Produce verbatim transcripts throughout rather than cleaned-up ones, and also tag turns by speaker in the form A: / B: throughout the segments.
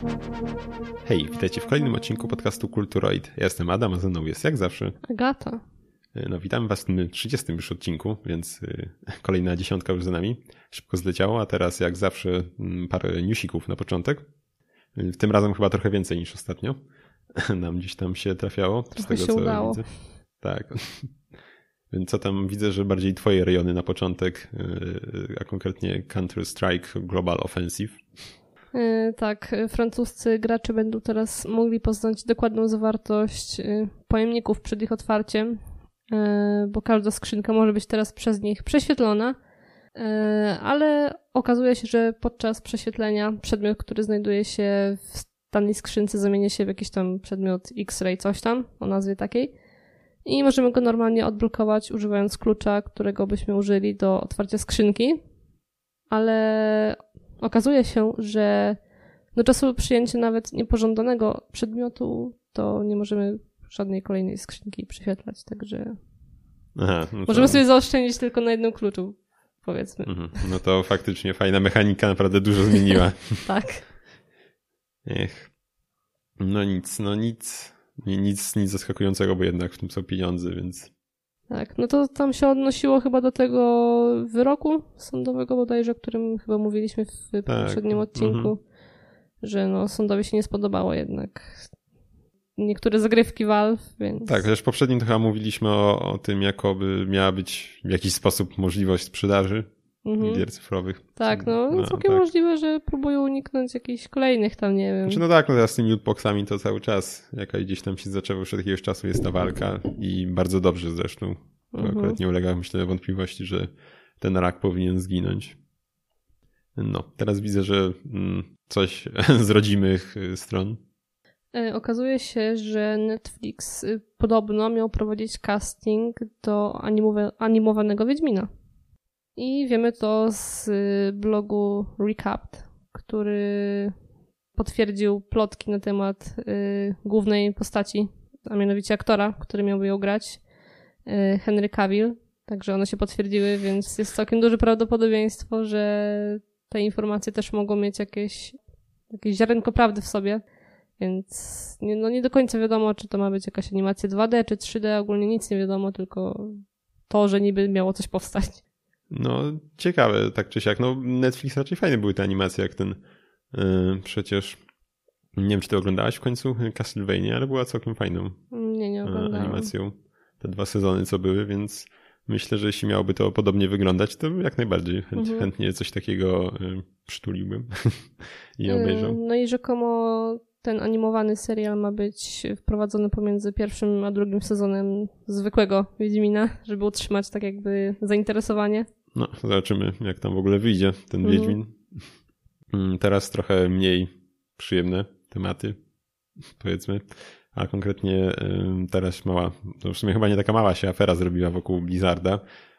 A: Hej, witajcie w kolejnym odcinku podcastu Kulturoid. Ja jestem Adam, a ze mną jest jak zawsze
B: Agata.
A: No witam was w tym trzydziestym już odcinku, więc kolejna dziesiątka już za nami. Szybko zleciało, a teraz jak zawsze parę newsików na początek. W tym razem chyba trochę więcej niż ostatnio. Nam gdzieś tam się trafiało.
B: Trochę
A: z tego,
B: się
A: co
B: udało.
A: Widzę. Tak. Więc co tam widzę, że bardziej twoje rejony na początek, a konkretnie Counter-Strike Global Offensive.
B: Yy, tak, francuscy gracze będą teraz mogli poznać dokładną zawartość yy, pojemników przed ich otwarciem, yy, bo każda skrzynka może być teraz przez nich prześwietlona, yy, ale okazuje się, że podczas prześwietlenia przedmiot, który znajduje się w danej skrzynce, zamienia się w jakiś tam przedmiot X-ray, coś tam, o nazwie takiej. I możemy go normalnie odblokować używając klucza, którego byśmy użyli do otwarcia skrzynki, ale okazuje się, że do czasu przyjęcia nawet niepożądanego przedmiotu to nie możemy żadnej kolejnej skrzynki prześwietlać, także
A: Aha, no to...
B: możemy sobie zaoszczędzić tylko na jednym kluczu, powiedzmy.
A: Mhm. No to faktycznie fajna mechanika naprawdę dużo zmieniła.
B: Tak.
A: Ech. No nic, no nic, nic, nic zaskakującego, bo jednak w tym są pieniądze, więc...
B: Tak, no to tam się odnosiło chyba do tego wyroku sądowego bodajże, o którym chyba mówiliśmy w tak. poprzednim odcinku, mhm. że no sądowi się nie spodobało jednak niektóre zagrywki Valve, więc... Tak,
A: chociaż w poprzednim to chyba mówiliśmy o, o tym, jakoby miała być w jakiś sposób możliwość sprzedaży mhm. gier cyfrowych.
B: Tak, no, no całkiem tak. możliwe, że próbują uniknąć jakichś kolejnych tam, nie wiem.
A: Znaczy, no tak, no teraz z tymi lootboxami to cały czas, jakaś gdzieś tam się zaczęło już od jakiegoś czasu jest ta walka i bardzo dobrze zresztą. To mhm. akurat nie ulega, myślę, wątpliwości, że ten rak powinien zginąć. No, teraz widzę, że mm, coś z rodzimych stron.
B: Okazuje się, że Netflix podobno miał prowadzić casting do animowe, animowanego Wiedźmina. I wiemy to z blogu Recapped, który potwierdził plotki na temat y, głównej postaci, a mianowicie aktora, który miałby ją grać, y, Henry Cavill. Także one się potwierdziły, więc jest całkiem duże prawdopodobieństwo, że te informacje też mogą mieć jakieś, jakieś ziarenko prawdy w sobie. Więc nie, no nie do końca wiadomo, czy to ma być jakaś animacja dwa D czy trzy D, ogólnie nic nie wiadomo, tylko to, że niby miało coś powstać.
A: No, ciekawe, tak czy siak. No, Netflix raczej fajne były te animacje, jak ten yy, przecież, nie wiem, czy ty oglądałaś w końcu Castlevania, ale była całkiem fajną
B: nie, nie oglądałam.
A: animacją. Te dwa sezony, co były, więc myślę, że jeśli miałoby to podobnie wyglądać, to jak najbardziej chęt, mhm. chętnie coś takiego yy, przytuliłbym i obejrzał.
B: No i rzekomo ten animowany serial ma być wprowadzony pomiędzy pierwszym a drugim sezonem zwykłego Wiedźmina, żeby utrzymać tak jakby zainteresowanie. No,
A: zobaczymy, jak tam w ogóle wyjdzie ten mhm. Wiedźmin. Teraz trochę mniej przyjemne tematy, powiedzmy, a konkretnie teraz mała, to w sumie chyba nie taka mała się afera zrobiła wokół Blizzarda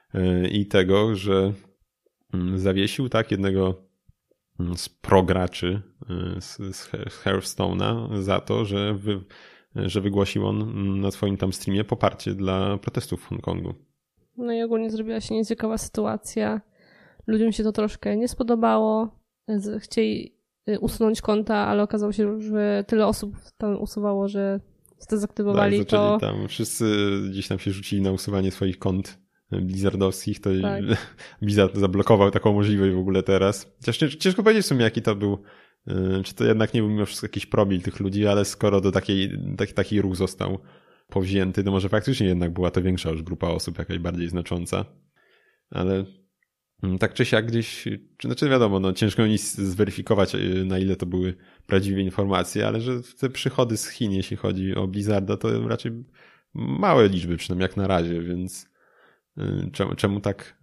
A: i tego, że zawiesił tak jednego z prograczy z, z Hearthstone'a za to, że, wy, że wygłosił on na swoim tam streamie poparcie dla protestów w Hongkongu.
B: No i ogólnie zrobiła się nieciekawa sytuacja. Ludziom się to troszkę nie spodobało. Chcieli usunąć konta, ale okazało się, że tyle osób tam usuwało, że zdezaktywowali
A: tak,
B: to.
A: Tam wszyscy gdzieś tam się rzucili na usuwanie swoich kont blizzardowskich, to tak. Blizzard zablokował taką możliwość w ogóle teraz. Chociaż ciężko powiedzieć w sumie, jaki to był, czy to jednak nie był mimo wszystko jakiś probil tych ludzi, ale skoro do takiej, taki, taki ruch został powzięty, to może faktycznie jednak była to większa już grupa osób, jakaś bardziej znacząca. Ale tak czy siak gdzieś, czy znaczy wiadomo, no ciężko nic zweryfikować, na ile to były prawdziwe informacje, ale że te przychody z Chin, jeśli chodzi o Blizzarda, to raczej małe liczby, przynajmniej jak na razie, więc Czemu, czemu tak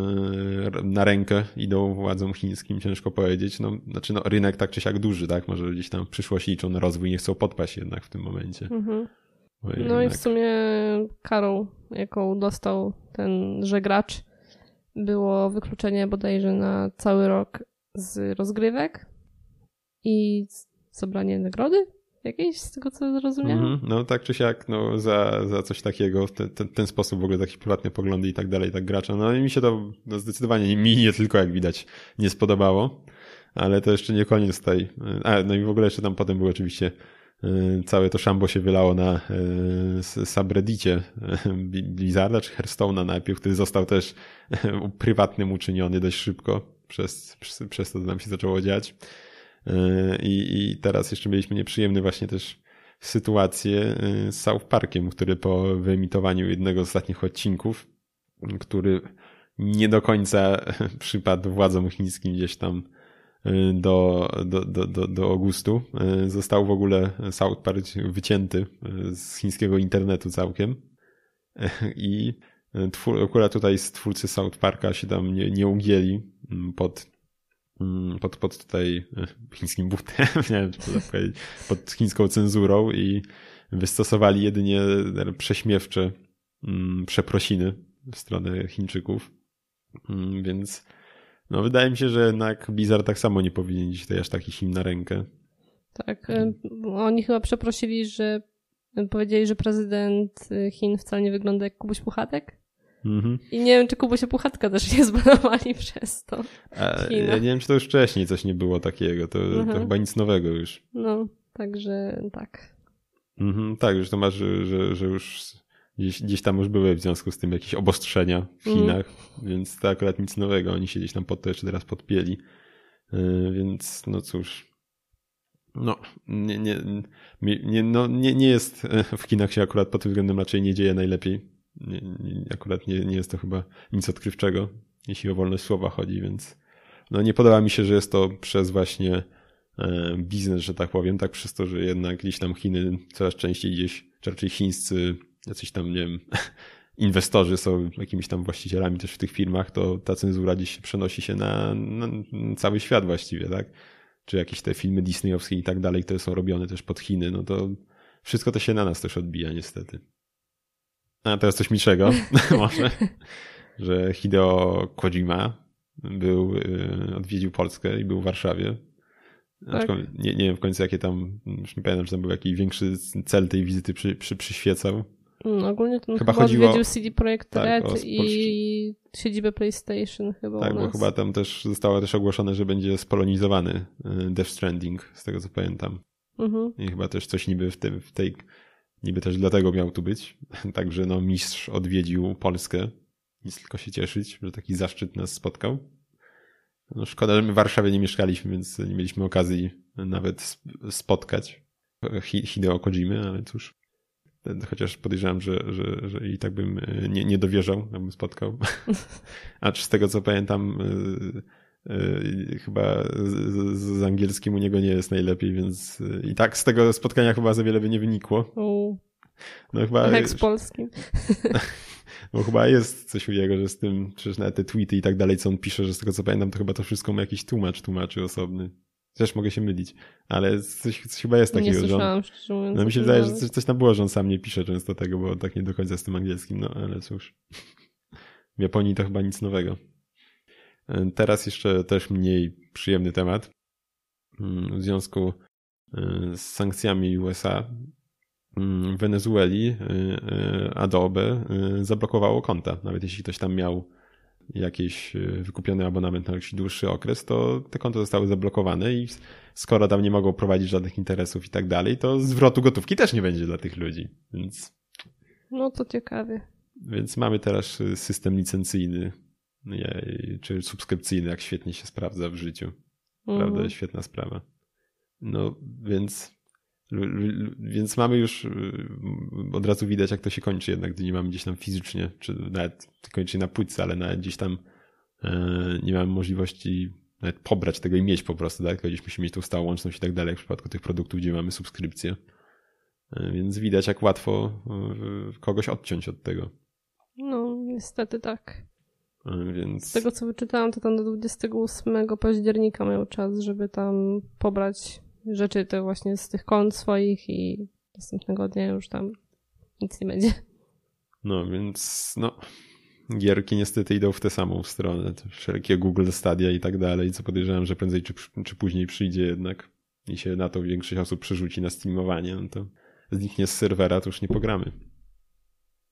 A: yy, na rękę idą władzom chińskim, ciężko powiedzieć. No, znaczy no, rynek tak czy siak duży, tak? Może gdzieś tam w przyszłości liczą na rozwój, nie chcą podpaść jednak w tym momencie. Mhm.
B: No jednak... i w sumie karą, jaką dostał tenże gracz, było wykluczenie bodajże na cały rok z rozgrywek i zabranie nagrody jakiejś, z tego co zrozumiałem. Mm-hmm.
A: No tak czy siak, no za, za coś takiego, w te, ten, ten sposób w ogóle, takie prywatne poglądy i tak dalej, tak gracza. No i mi się to no, zdecydowanie mi nie tylko, jak widać, nie spodobało. ale to jeszcze nie koniec tutaj. A, no i w ogóle jeszcze tam potem było oczywiście całe to szambo się wylało na subreddicie Blizzarda czy Hearthstone'a najpierw, który został też prywatnym uczyniony dość szybko, przez, przez, przez to, co nam się zaczęło dziać. I, I teraz jeszcze mieliśmy nieprzyjemny właśnie też sytuację z South Parkiem, który po wyemitowaniu jednego z ostatnich odcinków, który nie do końca przypadł władzom chińskim gdzieś tam do, do, do, do, do gustu, został w ogóle South Park wycięty z chińskiego internetu całkiem i twór, akurat tutaj twórcy South Parka się tam nie, nie ugięli pod, pod, pod tutaj chińskim butem, nie wiem, czy to tak powiedzieć, pod chińską cenzurą i wystosowali jedynie prześmiewcze przeprosiny w stronę Chińczyków, więc no wydaje mi się, że jednak Blizzard tak samo nie powinien dzisiaj aż takich im na rękę.
B: Tak, oni chyba przeprosili, że powiedzieli, że prezydent Chin wcale nie wygląda jak Kubuś Puchatek. Mm-hmm. I nie wiem, czy Kubusia Puchatka też nie zbanowali przez to.
A: A, ja nie wiem, czy to już wcześniej coś nie było takiego. To, mm-hmm. to chyba nic nowego już.
B: No, także tak.
A: Mm-hmm, tak, już to masz, że, że, że już Gdzieś, gdzieś tam już były w związku z tym jakieś obostrzenia w Chinach, mm. więc to akurat nic nowego. Oni się gdzieś tam pod to jeszcze teraz podpięli. Yy, więc no cóż. No, nie, nie, nie, no, nie, nie jest, w Chinach się akurat pod tym względem raczej nie dzieje najlepiej. Nie, nie, akurat nie, nie jest to chyba nic odkrywczego, jeśli o wolność słowa chodzi, więc no nie podoba mi się, że jest to przez właśnie e, biznes, że tak powiem, tak przez to, że jednak gdzieś tam Chiny coraz częściej gdzieś, czy raczej chińscy jacyś tam, nie wiem, inwestorzy są jakimiś tam właścicielami też w tych firmach, to ta cenzura gdzieś się przenosi się na, na cały świat właściwie, tak? Czy jakieś te filmy disneyowskie i tak dalej, które są robione też pod Chiny, no to wszystko to się na nas też odbija niestety. A teraz coś milszego może, że Hideo Kojima był, odwiedził Polskę i był w Warszawie. Tak. Nie, nie wiem w końcu jakie tam, już nie pamiętam, czy tam był jakiś większy cel tej wizyty przy, przy, przyświecał.
B: No, ogólnie to chyba, chyba chodziło odwiedził C D Projekt Red tak, i siedzibę PlayStation chyba
A: Tak,
B: u
A: bo
B: nas.
A: chyba tam też zostało też ogłoszone, że będzie spolonizowany Death Stranding, z tego co pamiętam. Mhm. I chyba też coś niby w, tym, w tej, niby też dlatego miał tu być. Także no mistrz odwiedził Polskę. Nic tylko się cieszyć, że taki zaszczyt nas spotkał. No szkoda, że my w Warszawie nie mieszkaliśmy, więc nie mieliśmy okazji nawet spotkać Hideo Kojimy, ale cóż. Chociaż podejrzewam, że, że, że i tak bym nie, nie dowierzał, jakbym spotkał. A z tego co pamiętam, yy, yy, chyba z, z angielskim u niego nie jest najlepiej, więc yy, i tak z tego spotkania chyba za wiele by nie wynikło.
B: No chyba jak z polskim.
A: Bo chyba jest coś u niego, że z tym, przecież nawet te tweety i tak dalej, co on pisze, że z tego co pamiętam, to chyba to wszystko ma jakiś tłumacz, tłumaczy osobny. Też mogę się mylić, ale coś, coś chyba jest takiego,
B: że on...
A: No mi się wydaje, że coś, coś tam było, że on sam nie pisze często tego, bo tak nie do końca z tym angielskim, no ale cóż. W Japonii to chyba nic nowego. Teraz jeszcze też mniej przyjemny temat. W związku z sankcjami U S A w Wenezueli Adobe zablokowało konta. Nawet jeśli ktoś tam miał jakiś wykupiony abonament na jakiś dłuższy okres, to te konta zostały zablokowane i skoro tam nie mogą prowadzić żadnych interesów i tak dalej, to zwrotu gotówki też nie będzie dla tych ludzi. Więc...
B: No to ciekawie.
A: Więc mamy teraz system licencyjny czy subskrypcyjny, jak świetnie się sprawdza w życiu. Prawda? Mhm. Świetna sprawa. No więc więc mamy już od razu widać, jak to się kończy jednak, gdy nie mamy gdzieś tam fizycznie, czy nawet kończy na płytce, ale nawet gdzieś tam nie mamy możliwości nawet pobrać tego i mieć po prostu, tak? Tylko gdzieś musimy mieć tą stałą łączność i tak dalej w przypadku tych produktów, gdzie mamy subskrypcję. Więc widać, jak łatwo kogoś odciąć od tego.
B: No, niestety tak.
A: Więc...
B: Z tego, co wyczytałam, to tam do dwudziestego ósmego października miał czas, żeby tam pobrać rzeczy te właśnie z tych kont swoich i następnego dnia już tam nic nie będzie.
A: No, więc no, gierki niestety idą w tę samą stronę. Wszelkie Google Stadia i tak dalej, co podejrzewam, że prędzej czy, czy później przyjdzie jednak i się na to większość osób przerzuci na streamowanie, no to zniknie z serwera, to już nie pogramy.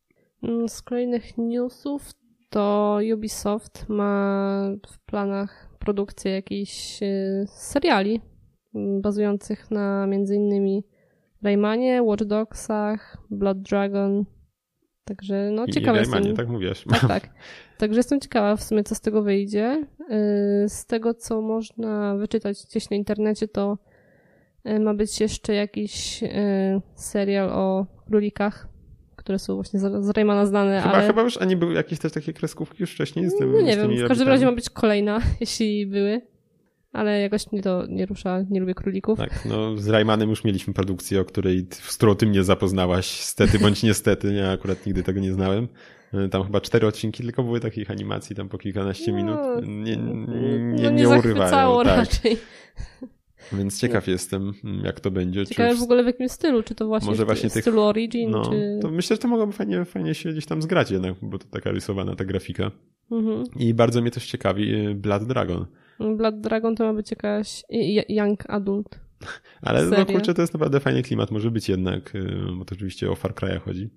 B: Z kolejnych newsów to Ubisoft ma w planach produkcję jakichś seriali bazujących na między innymi Raymanie, Watch Dogsach, Blood Dragon. Także no ciekawe
A: I Raymanie,
B: jestem.
A: tak mówisz.
B: Tak, tak. Także jestem ciekawa w sumie, co z tego wyjdzie. Z tego, co można wyczytać gdzieś na internecie, to ma być jeszcze jakiś serial o królikach, które są właśnie z Raymana znane,
A: chyba,
B: ale...
A: Chyba już, a nie były jakieś też takie kreskówki już wcześniej z tym?
B: No nie
A: z
B: wiem,
A: tymi
B: w każdym razie ma być kolejna, jeśli były. Ale jakoś mnie to nie rusza, nie lubię królików.
A: Tak, no z Raymanem już mieliśmy produkcję, o której, z którą ty mnie zapoznałaś, stety bądź niestety, ja akurat nigdy tego nie znałem. Tam chyba cztery odcinki tylko były takich animacji, tam po kilkanaście
B: no,
A: minut. Nie, nie,
B: nie,
A: nie,
B: nie
A: urywają. Tak.
B: raczej.
A: Więc ciekaw no. jestem, jak to będzie.
B: Ciekawe
A: czy w...
B: w ogóle w jakim stylu, czy to właśnie,
A: Może
B: w
A: właśnie
B: stylu
A: tych...
B: Origin,
A: no,
B: czy...
A: to myślę, że to mogłoby fajnie, fajnie się gdzieś tam zgrać jednak, bo to taka rysowana ta grafika.
B: Mhm.
A: I bardzo mnie też ciekawi Blood Dragon.
B: Blood Dragon to ma być jakaś young adult.
A: Ale seria. No kurczę, to jest naprawdę fajny klimat, może być jednak, bo to oczywiście o Far Cry'a chodzi.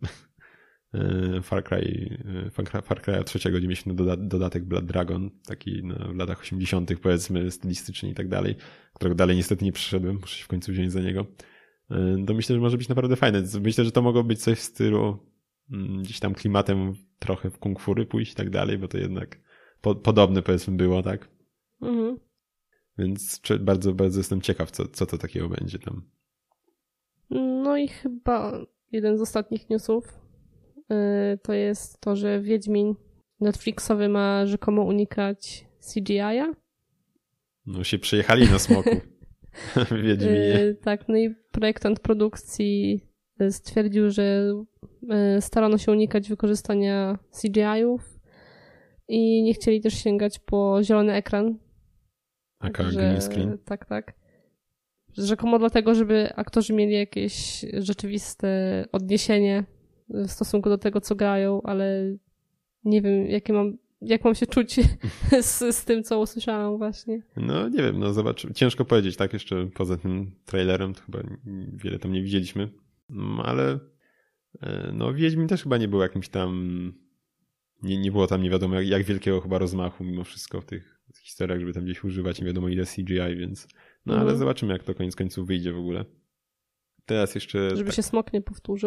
A: Far Cry, Far Cry'a trzeciego, gdzie mieliśmy dodatek Blood Dragon, taki no, w latach osiemdziesiątych powiedzmy, stylistycznie i tak dalej, którego dalej niestety nie przyszedłem, muszę się w końcu wziąć za niego. To myślę, że może być naprawdę fajne. Myślę, że to mogło być coś w stylu gdzieś tam klimatem trochę w kung fury pójść i tak dalej, bo to jednak po, podobne powiedzmy było, tak?
B: Mhm.
A: Więc bardzo, bardzo jestem ciekaw, co, co to takiego będzie tam.
B: No i chyba jeden z ostatnich newsów yy, to jest to, że Wiedźmin Netflixowy ma rzekomo unikać C G I-a.
A: No się przejechali na smoku w Wiedźminie. Yy,
B: tak, no i projektant produkcji stwierdził, że yy, starano się unikać wykorzystania C G I-ów i nie chcieli też sięgać po zielony ekran.
A: Taka green screen?
B: Tak, tak. Rzekomo dlatego, żeby aktorzy mieli jakieś rzeczywiste odniesienie w stosunku do tego, co grają, ale nie wiem, jakie mam, jak mam się czuć z, z tym, co usłyszałam właśnie.
A: No nie wiem, no zobacz, ciężko powiedzieć, tak, jeszcze poza tym trailerem, to chyba wiele tam nie widzieliśmy, ale no Wiedźmin też chyba nie był jakimś tam, nie, nie było tam nie wiadomo jak, jak wielkiego chyba rozmachu mimo wszystko w tych historiach, żeby tam gdzieś używać nie wiadomo ile C G I, więc no ale mm. zobaczymy, jak to koniec końców wyjdzie w ogóle. Teraz jeszcze...
B: Żeby
A: tak...
B: się smok nie powtórzył.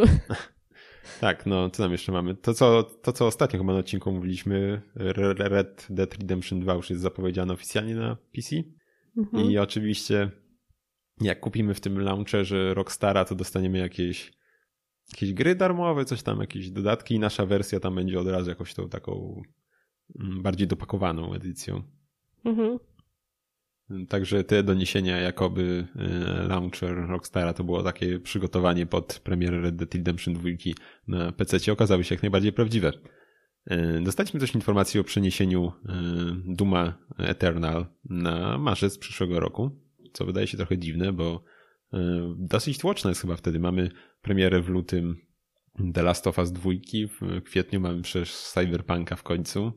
A: Tak, no co tam jeszcze mamy? To co, to, co ostatnio chyba na odcinku mówiliśmy, Red Dead Redemption dwa już jest zapowiedziane oficjalnie na P C. Mm-hmm. I oczywiście jak kupimy w tym launcherze Rockstara, to dostaniemy jakieś, jakieś gry darmowe, coś tam, jakieś dodatki i nasza wersja tam będzie od razu jakoś tą taką bardziej dopakowaną edycją. Mhm. Także te doniesienia, jakoby launcher Rockstara to było takie przygotowanie pod premierę Red Dead Redemption dwa na pececie, okazały się jak najbardziej prawdziwe. Dostaliśmy też informacji o przeniesieniu Duma Eternal na marzec przyszłego roku, co wydaje się trochę dziwne, bo dosyć tłoczne jest chyba wtedy. Mamy premierę w lutym The Last of Us dwa, w kwietniu mamy przecież Cyberpunka w końcu.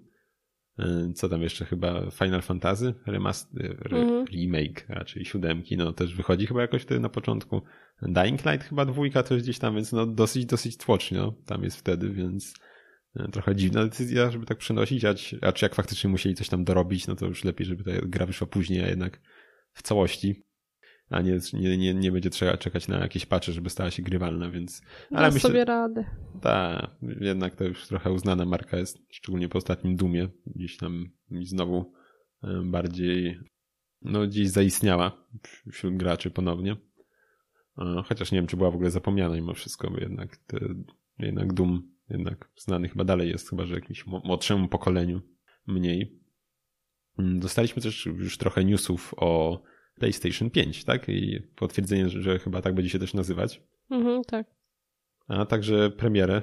A: Co tam jeszcze chyba Final Fantasy Remaster, mm. remake raczej siódemki, no też wychodzi chyba jakoś wtedy na początku. Dying Light chyba dwójka też gdzieś tam, więc no dosyć, dosyć tłocznie no, tam jest wtedy, więc trochę dziwna decyzja, żeby tak przenosić, a, a czy jak faktycznie musieli coś tam dorobić, no to już lepiej, żeby ta gra wyszła później, a jednak w całości, a nie, nie, nie, nie będzie trzeba czekać na jakieś patche, żeby stała się grywalna, więc...
B: Ale da myślę, sobie radę.
A: Tak, jednak to już trochę uznana marka jest, szczególnie po ostatnim Doomie, gdzieś tam znowu bardziej, no gdzieś zaistniała wśród graczy ponownie. Chociaż nie wiem, czy była w ogóle zapomniana mimo wszystko, bo jednak, te, jednak Doom jednak znany chyba dalej jest, chyba że jakimś młodszemu pokoleniu mniej. Dostaliśmy też już trochę newsów o PlayStation pięć, tak? I potwierdzenie, że, że chyba tak będzie się też nazywać.
B: Mhm, tak.
A: A także premierę,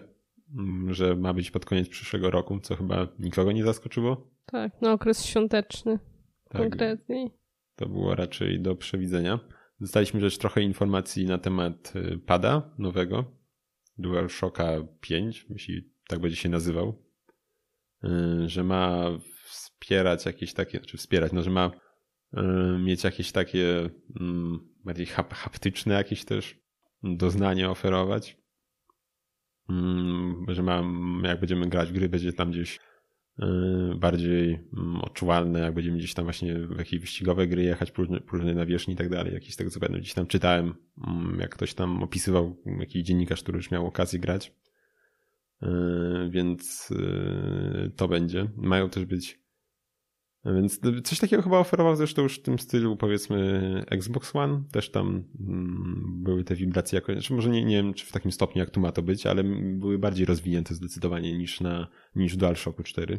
A: że ma być pod koniec przyszłego roku, co chyba nikogo nie zaskoczyło.
B: Tak, na okres świąteczny tak, konkretniej.
A: To było raczej do przewidzenia. Dostaliśmy też trochę informacji na temat pada nowego, DualShocka pięć, jeśli tak będzie się nazywał, że ma wspierać jakieś takie, czy wspierać, no że ma mieć jakieś takie bardziej haptyczne jakieś też doznanie oferować, że ma, jak będziemy grać w gry, będzie tam gdzieś bardziej odczuwalne, jak będziemy gdzieś tam właśnie w jakieś wyścigowe gry jechać, próżne nawierzchni i tak dalej. Jakieś z tego co pamiętam, gdzieś tam czytałem, jak ktoś tam opisywał, jakiś dziennikarz, który już miał okazję grać. Więc to będzie. Mają też być. Więc coś takiego chyba oferował zresztą już w tym stylu, powiedzmy, Xbox One. Też tam były te wibracje jakoś, znaczy może nie, nie wiem, czy w takim stopniu jak tu ma to być, ale były bardziej rozwinięte zdecydowanie niż na niż w DualShocku cztery.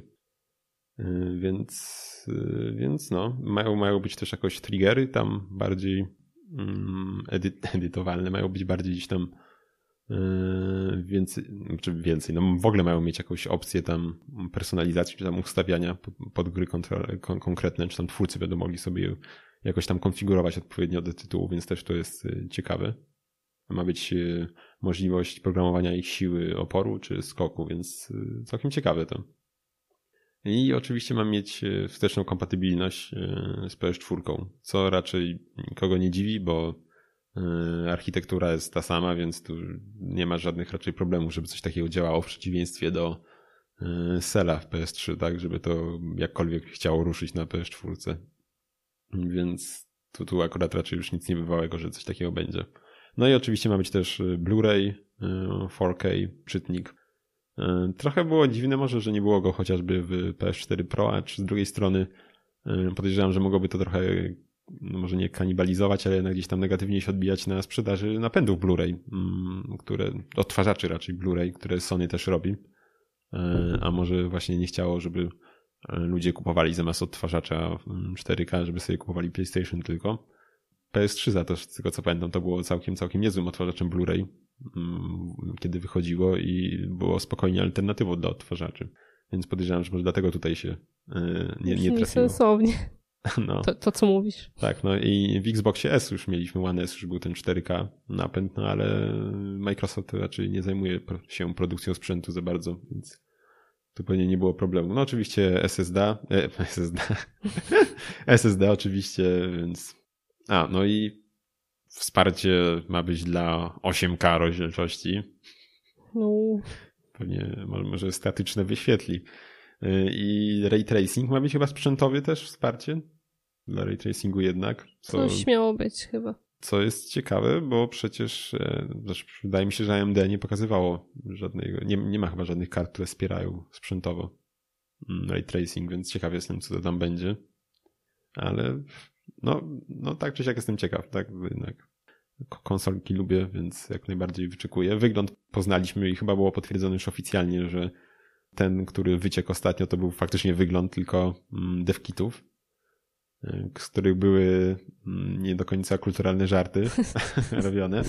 A: Więc, więc no, mają, mają być też jakoś triggery tam bardziej edyt, edytowalne, mają być bardziej gdzieś tam więcej, czy więcej, no w ogóle mają mieć jakąś opcję tam personalizacji, czy tam ustawiania pod gry konkretne, czy tam twórcy będą mogli sobie jakoś tam konfigurować odpowiednio do tytułu, więc też to jest ciekawe. Ma być możliwość programowania ich siły oporu, czy skoku, więc całkiem ciekawe to. I oczywiście mam mieć wsteczną kompatybilność z P S cztery, co raczej nikogo nie dziwi, bo architektura jest ta sama, więc tu nie ma żadnych raczej problemów, żeby coś takiego działało w przeciwieństwie do Cella w P S trzy, tak, żeby to jakkolwiek chciało ruszyć na P S cztery. Więc tu, tu akurat raczej już nic niebywałego, że coś takiego będzie. No i oczywiście ma być też Blu-ray cztery K czytnik. Trochę było dziwne może, że nie było go chociażby w P S cztery Pro, a z drugiej strony podejrzewam, że mogłoby to trochę no może nie kanibalizować, ale jednak gdzieś tam negatywnie się odbijać na sprzedaży napędów Blu-ray, które, odtwarzaczy raczej Blu-ray, które Sony też robi. A może właśnie nie chciało, żeby ludzie kupowali zamiast odtwarzacza cztery K, żeby sobie kupowali PlayStation tylko. P S trzy za to, z tego co pamiętam, to było całkiem, całkiem niezłym odtwarzaczem Blu-ray, kiedy wychodziło i było spokojnie alternatywą dla odtwarzaczy. Więc podejrzewam, że może dlatego tutaj się nie, nie trafiło.
B: Sensownie.
A: No.
B: To, to co mówisz.
A: Tak, no i w Xboxie S już mieliśmy One S, już był ten cztery K napęd, no ale Microsoft raczej nie zajmuje się produkcją sprzętu za bardzo, więc tu pewnie nie było problemu. No oczywiście S S D, e, S S D, S S D oczywiście, więc a, no i wsparcie ma być dla osiem K rozdzielczości.
B: No.
A: Pewnie może statyczne wyświetli. I ray tracing ma być chyba sprzętowy też wsparcie dla ray tracingu jednak. Co,
B: Coś miało być chyba.
A: Co jest ciekawe, bo przecież wydaje mi się, że A M D nie pokazywało żadnego, nie, nie ma chyba żadnych kart, które wspierają sprzętowo ray tracing, więc ciekaw jestem, co to tam będzie. Ale no, no tak czy siak jestem ciekaw, tak? Jednak konsolki lubię, więc jak najbardziej wyczekuję. Wygląd poznaliśmy i chyba było potwierdzone już oficjalnie, że ten, który wyciekł ostatnio, to był faktycznie wygląd tylko devkitów, z których były nie do końca kulturalne żarty robione.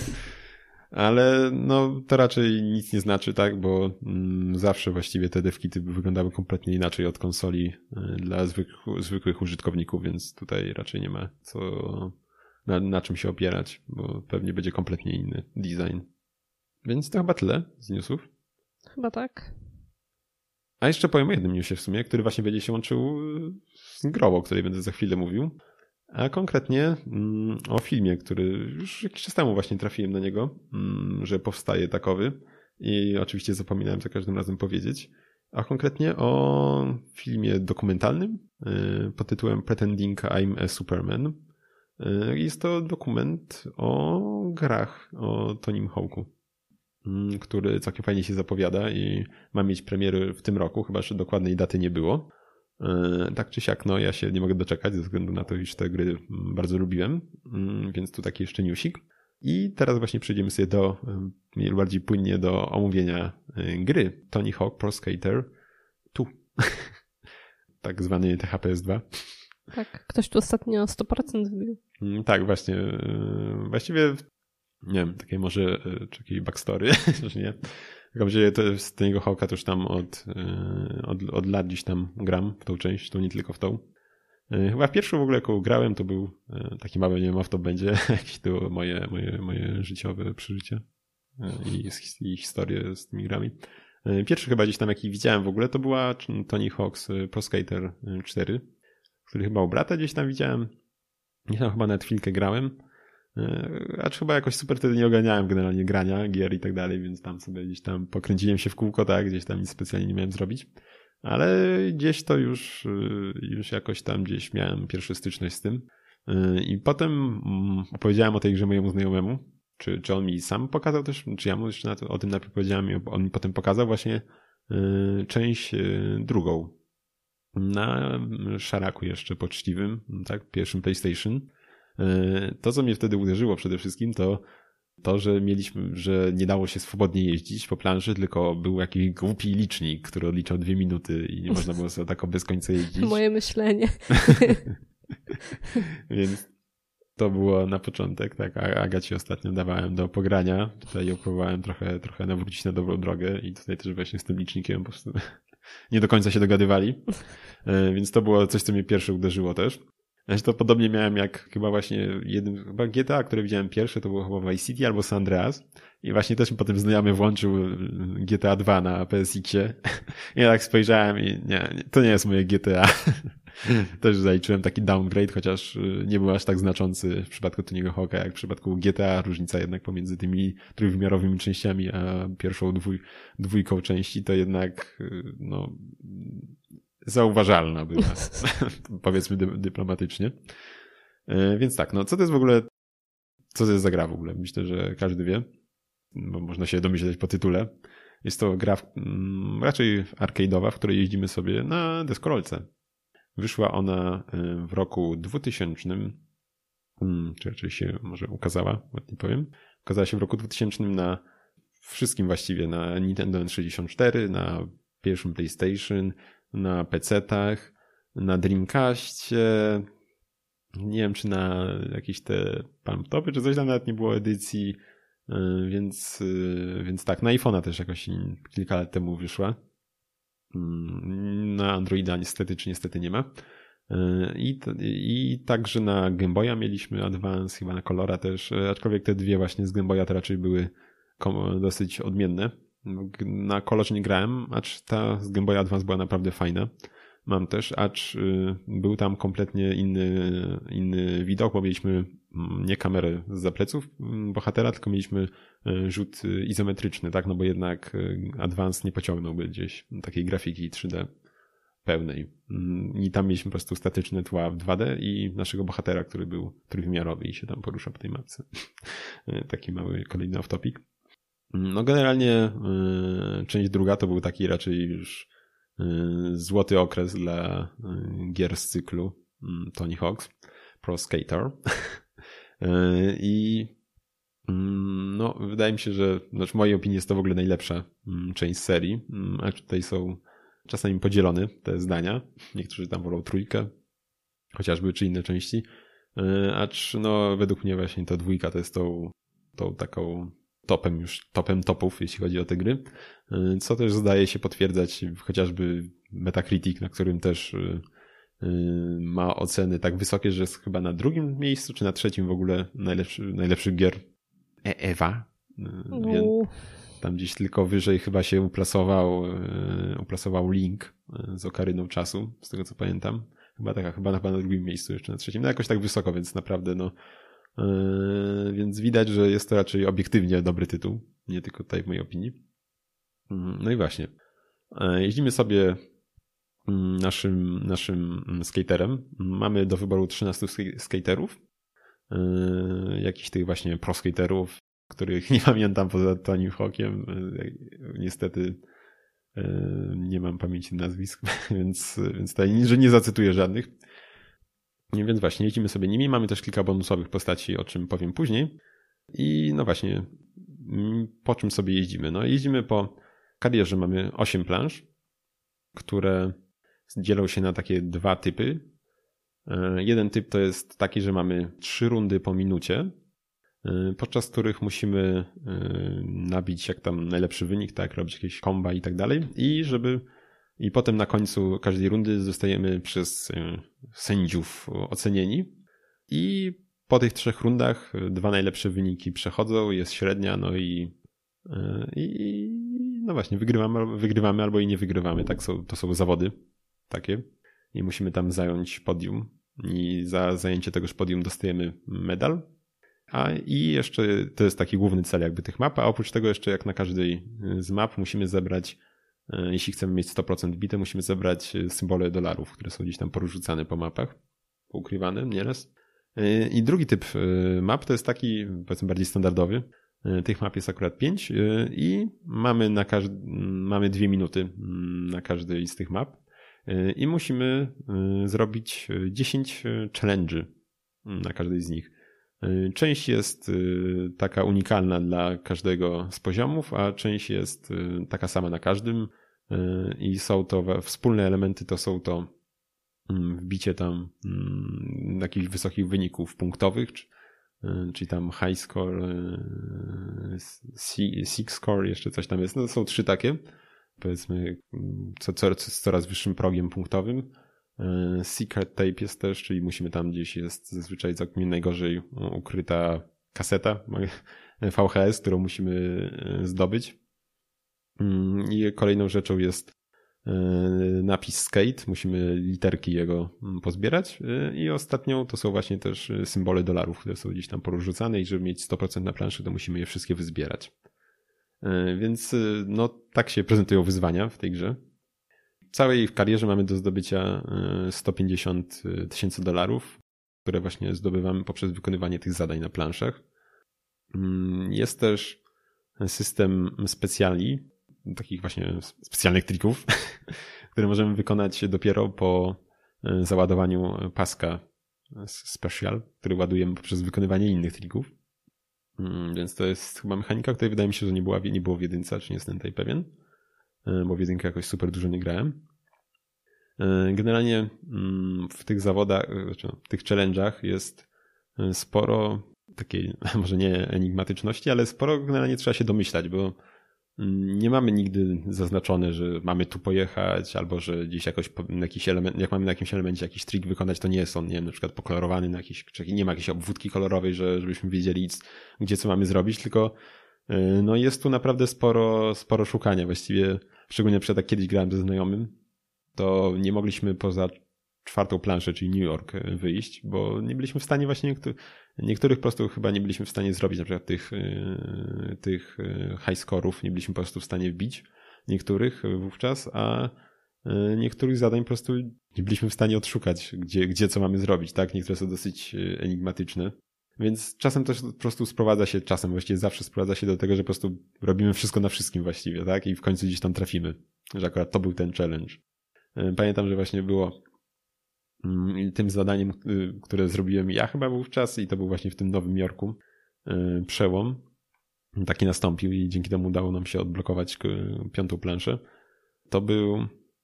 A: Ale no to raczej nic nie znaczy, tak, bo zawsze właściwie te devkity wyglądały kompletnie inaczej od konsoli dla zwykłych, zwykłych użytkowników, więc tutaj raczej nie ma co na, na czym się opierać, bo pewnie będzie kompletnie inny design. Więc to chyba tyle z newsów.
B: Chyba tak.
A: A jeszcze powiem o jednym newsie w sumie, który właśnie będzie się łączył z grą, o której będę za chwilę mówił. A konkretnie mm, o filmie, który już jakiś czas temu właśnie trafiłem na niego, mm, że powstaje takowy i oczywiście zapominałem za każdym razem powiedzieć. A konkretnie o filmie dokumentalnym y, pod tytułem Pretending I'm a Superman. Y, jest to dokument o grach, o Tonym Hawku, który całkiem fajnie się zapowiada i ma mieć premiery w tym roku, chyba że dokładnej daty nie było. Tak czy siak, no ja się nie mogę doczekać ze względu na to, iż te gry bardzo lubiłem, więc tu taki jeszcze newsik. I teraz właśnie przejdziemy sobie do, bardziej płynnie do omówienia gry Tony Hawk Pro Skater dwa. Tak zwany T H P S dwa.
B: Tak, ktoś tu ostatnio sto procent wbił.
A: Tak, właśnie. Właściwie nie wiem, takie może takiej backstory, że nie. W każdym razie to z tego Hawka to już tam od, od, od lat gdzieś tam gram w tą część, to nie tylko w tą. Chyba w pierwszą w ogóle, jaką grałem, to był taki mały, nie wiem, off to będzie, jakieś to moje, moje, moje życiowe przeżycie i, i historie z tymi grami. Pierwszy chyba gdzieś tam, jaki widziałem w ogóle, to była Tony Hawk's Pro Skater cztery, który chyba u brata gdzieś tam widziałem. Nie tam chyba nawet chwilkę grałem. Acz chyba jakoś super wtedy nie oganiałem generalnie grania, gier i tak dalej, więc tam sobie gdzieś tam pokręciłem się w kółko, tak, gdzieś tam nic specjalnie nie miałem zrobić. Ale gdzieś to już, już jakoś tam gdzieś miałem pierwszą styczność z tym. I potem opowiedziałem o tej grze mojemu znajomemu. Czy, czy on mi sam pokazał też, czy ja mu jeszcze na to, o tym najpierw powiedziałem i on mi potem pokazał właśnie część drugą. Na szaraku jeszcze poczciwym, tak, pierwszym PlayStation. To, co mnie wtedy uderzyło przede wszystkim, to to, że mieliśmy, że nie dało się swobodnie jeździć po planszy, tylko był jakiś głupi licznik, który odliczał dwie minuty i nie można było sobie tak bez końca jeździć.
B: Moje myślenie.
A: Więc to było na początek, tak, Agacie ostatnio dawałem do pogrania, tutaj ją próbowałem trochę, trochę nawrócić na dobrą drogę i tutaj też właśnie z tym licznikiem po prostu nie do końca się dogadywali, więc to było coś, co mnie pierwsze uderzyło też. Znaczy to podobnie miałem jak chyba właśnie jednym, chyba G T A, które widziałem pierwsze, to było chyba Vice City albo San Andreas i właśnie też mi potem znajomy włączył G T A dwa na P S X-ie i ja tak spojrzałem i nie, nie to nie jest moje G T A. Też zaliczyłem taki downgrade, chociaż nie był aż tak znaczący w przypadku Tony'ego Hawk'a jak w przypadku G T A. Różnica jednak pomiędzy tymi trójwymiarowymi częściami a pierwszą dwój, dwójką części to jednak no zauważalna była, powiedzmy dy, dyplomatycznie. Więc tak, no co to jest w ogóle, co to jest za gra w ogóle? Myślę, że każdy wie, bo można się domyśleć po tytule. Jest to gra m, raczej arcade'owa, w której jeździmy sobie na deskorolce. Wyszła ona w roku dwutysięcznym, hmm, czy raczej się może ukazała, ładnie powiem. Ukazała się w roku dwutysięcznym na wszystkim właściwie, na Nintendo N sześćdziesiąt cztery, na pierwszym PlayStation, na pecetach, na Dreamcastie, nie wiem czy na jakieś te palmtopy, czy coś tam nawet nie było edycji, więc, więc tak, na iPhone'a też jakoś kilka lat temu wyszła. Na Androida niestety czy niestety nie ma. I, i także na Game Boya mieliśmy Advance, chyba na Colora też, aczkolwiek te dwie właśnie z Game Boya to raczej były dosyć odmienne. Na Colorze nie grałem, acz ta z Game Boy Advance była naprawdę fajna. Mam też, acz był tam kompletnie inny, inny widok, bo mieliśmy nie kamerę zza pleców bohatera, tylko mieliśmy rzut izometryczny, tak? No bo jednak Advance nie pociągnąłby gdzieś takiej grafiki trzy D pełnej. I tam mieliśmy po prostu statyczne tła w dwa D i naszego bohatera, który był trójwymiarowy i się tam porusza po tej mapce. Taki mały kolejny off-topic. No generalnie y, część druga to był taki raczej już y, złoty okres dla y, gier z cyklu y, Tony Hawk's Pro Skater. I y, no wydaje mi się, że znaczy w mojej opinii jest to w ogóle najlepsza y, część serii, y, a tutaj są czasami podzielone te zdania. Niektórzy tam wolą trójkę, chociażby czy inne części. Y, acz no według mnie właśnie ta dwójka to jest tą, tą taką topem już, topem topów, jeśli chodzi o te gry, co też zdaje się potwierdzać chociażby Metacritic, na którym też ma oceny tak wysokie, że jest chyba na drugim miejscu, czy na trzecim w ogóle najlepszy, najlepszych gier e Ewa. No. Tam gdzieś tylko wyżej chyba się uplasował, uplasował Link z Okaryną Czasu, z tego co pamiętam. Chyba taka, chyba, chyba na drugim miejscu, jeszcze na trzecim. No jakoś tak wysoko, więc naprawdę no Yy, więc widać, że jest to raczej obiektywnie dobry tytuł, nie tylko tutaj w mojej opinii. Yy, no i właśnie. Yy, jeździmy sobie naszym, naszym skaterem. Mamy do wyboru trzynastu skaterów. Yy, jakichś tych właśnie pro skaterów, których nie pamiętam poza Tony Hawkiem. Yy, niestety yy, nie mam pamięci nazwisk, więc, więc tutaj, że nie zacytuję żadnych. Więc właśnie, jeździmy sobie nimi. Mamy też kilka bonusowych postaci, o czym powiem później. I no właśnie, po czym sobie jeździmy? No jeździmy po karierze. Mamy osiem planż, które dzielą się na takie dwa typy. Jeden typ to jest taki, że mamy trzy rundy po minucie, podczas których musimy nabić jak tam najlepszy wynik, tak, robić jakieś komba i tak dalej. I żeby I potem na końcu każdej rundy zostajemy przez sędziów ocenieni i po tych trzech rundach dwa najlepsze wyniki przechodzą, jest średnia, no i, i no właśnie, wygrywamy, wygrywamy albo i nie wygrywamy, tak są, to są zawody takie i musimy tam zająć podium i za zajęcie tegoż podium dostajemy medal, a i jeszcze to jest taki główny cel jakby tych map, a oprócz tego jeszcze jak na każdej z map musimy zebrać jeśli chcemy mieć sto procent bite, musimy zebrać symbole dolarów, które są gdzieś tam porzucane po mapach, poukrywane nieraz. I drugi typ map to jest taki, powiedzmy, bardziej standardowy. Tych map jest akurat pięć i mamy, na każdy, mamy dwie minuty na każdej z tych map i musimy zrobić dziesięć challenge'y na każdej z nich. Część jest taka unikalna dla każdego z poziomów, a część jest taka sama na każdym i są to wspólne elementy, to są to wbicie tam jakichś wysokich wyników punktowych, czyli tam high score, six score, jeszcze coś tam jest. No są trzy takie, powiedzmy, co, co, z coraz wyższym progiem punktowym. Secret tape jest też, czyli musimy tam gdzieś jest zazwyczaj z okien najgorzej ukryta kaseta V H S, którą musimy zdobyć. I kolejną rzeczą jest napis skate, musimy literki jego pozbierać i ostatnią to są właśnie też symbole dolarów, które są gdzieś tam porozrzucane i żeby mieć sto procent na planszy, to musimy je wszystkie wyzbierać. Więc no tak się prezentują wyzwania w tej grze. W całej karierze mamy do zdobycia sto pięćdziesiąt tysięcy dolarów, które właśnie zdobywamy poprzez wykonywanie tych zadań na planszach. Jest też system specjali, takich właśnie specjalnych trików, które możemy wykonać dopiero po załadowaniu paska special, który ładujemy poprzez wykonywanie innych trików. Więc to jest chyba mechanika, której wydaje mi się, że nie, była, nie było w jedynce, czy nie jestem tutaj pewien, bo w jedynkę jakoś super dużo nie grałem. Generalnie w tych zawodach, w tych challenge'ach jest sporo takiej, może nie enigmatyczności, ale sporo generalnie trzeba się domyślać, bo nie mamy nigdy zaznaczone, że mamy tu pojechać, albo że gdzieś jakoś jakiś element, jak mamy na jakimś elemencie jakiś trik wykonać, to nie jest on, nie wiem, na przykład pokolorowany na jakiś, czy nie ma jakiejś obwódki kolorowej, że, żebyśmy wiedzieli, gdzie co mamy zrobić, tylko no jest tu naprawdę sporo, sporo szukania. Właściwie, szczególnie na przykład jak kiedyś grałem ze znajomym, to nie mogliśmy poza czwartą planszę, czyli New York, wyjść, bo nie byliśmy w stanie właśnie niektórych, niektórych po prostu chyba nie byliśmy w stanie zrobić, na przykład tych, tych high score'ów nie byliśmy po prostu w stanie wbić, niektórych wówczas, a niektórych zadań po prostu nie byliśmy w stanie odszukać, gdzie, gdzie co mamy zrobić, tak? Niektóre są dosyć enigmatyczne. Więc czasem też po prostu sprowadza się, czasem właściwie zawsze sprowadza się do tego, że po prostu robimy wszystko na wszystkim właściwie, tak? I w końcu gdzieś tam trafimy, że akurat to był ten challenge. Pamiętam, że właśnie było tym zadaniem, które zrobiłem ja chyba wówczas i to był właśnie w tym Nowym Jorku przełom. Taki nastąpił i dzięki temu udało nam się odblokować piątą planszę. To był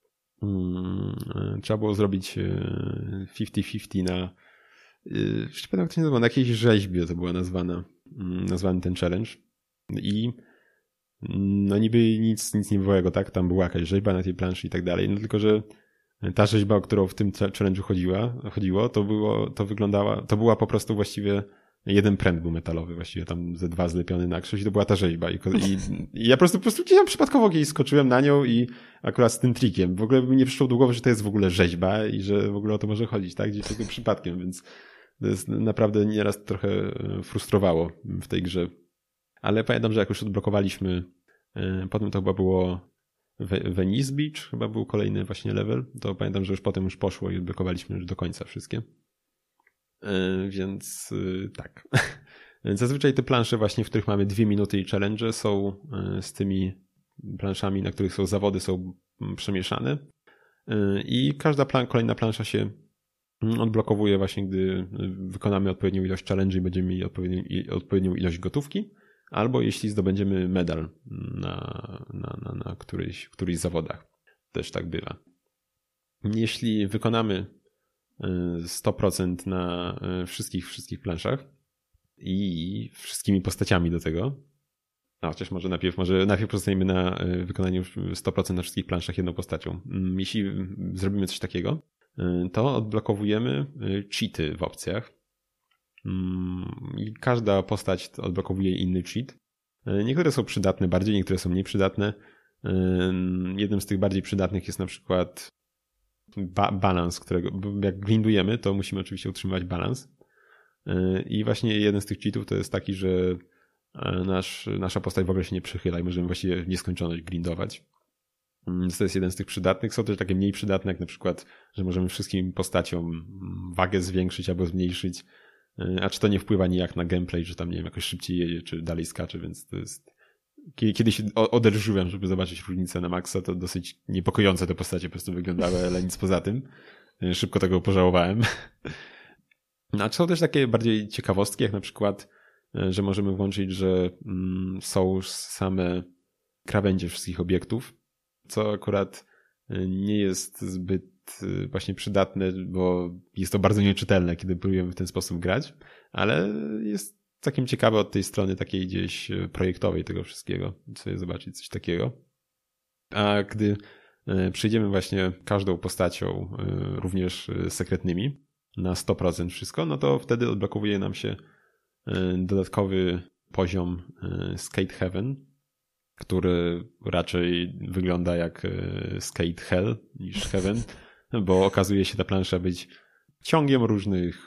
A: trzeba było zrobić pięćdziesiąt pięćdziesiąt na jeszcze pamiętam, jak to się nazywa, na jakiejś rzeźbie to była nazwana, nazwany ten challenge i no niby nic, nic niebywałego, tak? Tam była jakaś rzeźba na tej planszy i tak dalej, no tylko, że ta rzeźba, o którą w tym challenge'u chodziła, chodziło, to było, to wyglądała, to była po prostu właściwie jeden pręt był metalowy, właściwie tam ze dwa zlepiony na krzyż i to była ta rzeźba i, i, i ja po prostu, po prostu gdzieś tam przypadkowo gdzieś skoczyłem na nią i akurat z tym trikiem, w ogóle mi nie przyszło do głowy, że to jest w ogóle rzeźba i że w ogóle o to może chodzić, tak? Gdzieś po prostu przypadkiem, więc to jest naprawdę nieraz trochę frustrowało w tej grze. Ale pamiętam, że jak już odblokowaliśmy, potem to chyba było Venice Beach, chyba był kolejny właśnie level, to pamiętam, że już potem już poszło i odblokowaliśmy już do końca wszystkie. Więc tak. Zazwyczaj te plansze właśnie, w których mamy dwie minuty i challenge są z tymi planszami, na których są zawody, są przemieszane. I każda plan, kolejna plansza się odblokowuje właśnie, gdy wykonamy odpowiednią ilość challenge i będziemy mieli odpowiednią, odpowiednią ilość gotówki, albo jeśli zdobędziemy medal na, na, na, na któryś, któryś z zawodach. Też tak bywa. Jeśli wykonamy sto procent na wszystkich, wszystkich planszach i wszystkimi postaciami do tego, no chociaż może najpierw, może najpierw pozostaniemy na wykonaniu sto procent na wszystkich planszach jedną postacią. Jeśli zrobimy coś takiego, to odblokowujemy cheaty w opcjach i każda postać odblokowuje inny cheat. Niektóre są przydatne bardziej, niektóre są mniej przydatne. Jednym z tych bardziej przydatnych jest na przykład ba- balans, którego jak grindujemy, to musimy oczywiście utrzymywać balans. I właśnie jeden z tych cheatów to jest taki, że nasz, nasza postać w ogóle się nie przychyla i możemy właściwie w nieskończoność grindować. To jest jeden z tych przydatnych. Są też takie mniej przydatne, jak na przykład, że możemy wszystkim postaciom wagę zwiększyć albo zmniejszyć, a czy to nie wpływa nijak na gameplay, że tam, nie wiem, jakoś szybciej jedzie, czy dalej skacze, więc to jest... Kiedyś oderżyłem, żeby zobaczyć różnicę na maksa, to dosyć niepokojące te postacie po prostu wyglądały, ale nic poza tym. Szybko tego pożałowałem. A są też takie bardziej ciekawostki, jak na przykład, że możemy włączyć, że są same krawędzie wszystkich obiektów, co akurat nie jest zbyt właśnie przydatne, bo jest to bardzo nieczytelne, kiedy próbujemy w ten sposób grać, ale jest całkiem ciekawe od tej strony takiej gdzieś projektowej tego wszystkiego, sobie zobaczyć coś takiego. A gdy przejdziemy właśnie każdą postacią, również sekretnymi, na sto procent wszystko, no to wtedy odblokowuje nam się dodatkowy poziom Skate Heaven, który raczej wygląda jak Skate Hell niż Heaven, bo okazuje się ta plansza być ciągiem różnych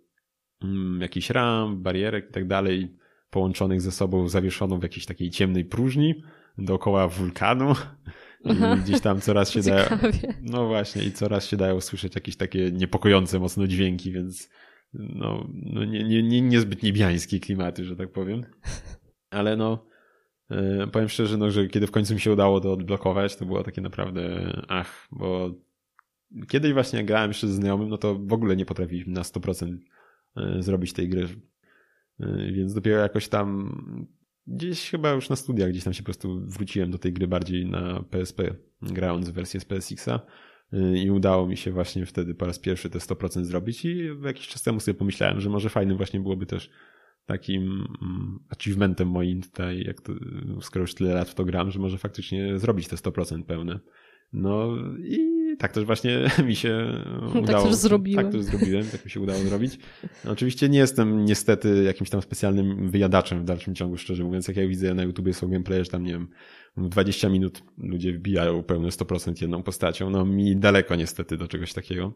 A: jakichś ram, barierek i tak dalej, połączonych ze sobą, zawieszoną w jakiejś takiej ciemnej próżni dookoła wulkanu.
B: Aha,
A: i gdzieś tam coraz się daje.
B: ciekawie.
A: No właśnie, i coraz się dają słyszeć jakieś takie niepokojące mocno dźwięki, więc no, no nie, nie, nie, niezbyt niebiańskie klimaty, że tak powiem. Ale no, yy, powiem szczerze, no, że kiedy w końcu mi się udało to odblokować, to było takie naprawdę ach, bo kiedyś właśnie jak grałem jeszcze ze znajomym, no to w ogóle nie potrafiliśmy na sto procent zrobić tej gry. Yy, więc dopiero jakoś tam gdzieś chyba już na studiach gdzieś tam się po prostu wróciłem do tej gry bardziej na P S P, grając w wersję z P S X-a i udało mi się właśnie wtedy po raz pierwszy te sto procent zrobić i jakiś czas temu sobie pomyślałem, że może fajnym właśnie byłoby też takim achievementem moim tutaj, jak to, skoro już tyle lat w to gram, że może faktycznie zrobić te sto procent pełne. No i tak też właśnie mi się udało.
B: Tak też zrobiłem.
A: Tak też zrobiłem, tak mi się udało zrobić. No, oczywiście nie jestem niestety jakimś tam specjalnym wyjadaczem w dalszym ciągu, szczerze mówiąc. Jak ja widzę na YouTubie są gameplaye, że tam, nie wiem, w dwadzieścia minut ludzie wbijają pełne sto procent jedną postacią. No mi daleko niestety do czegoś takiego.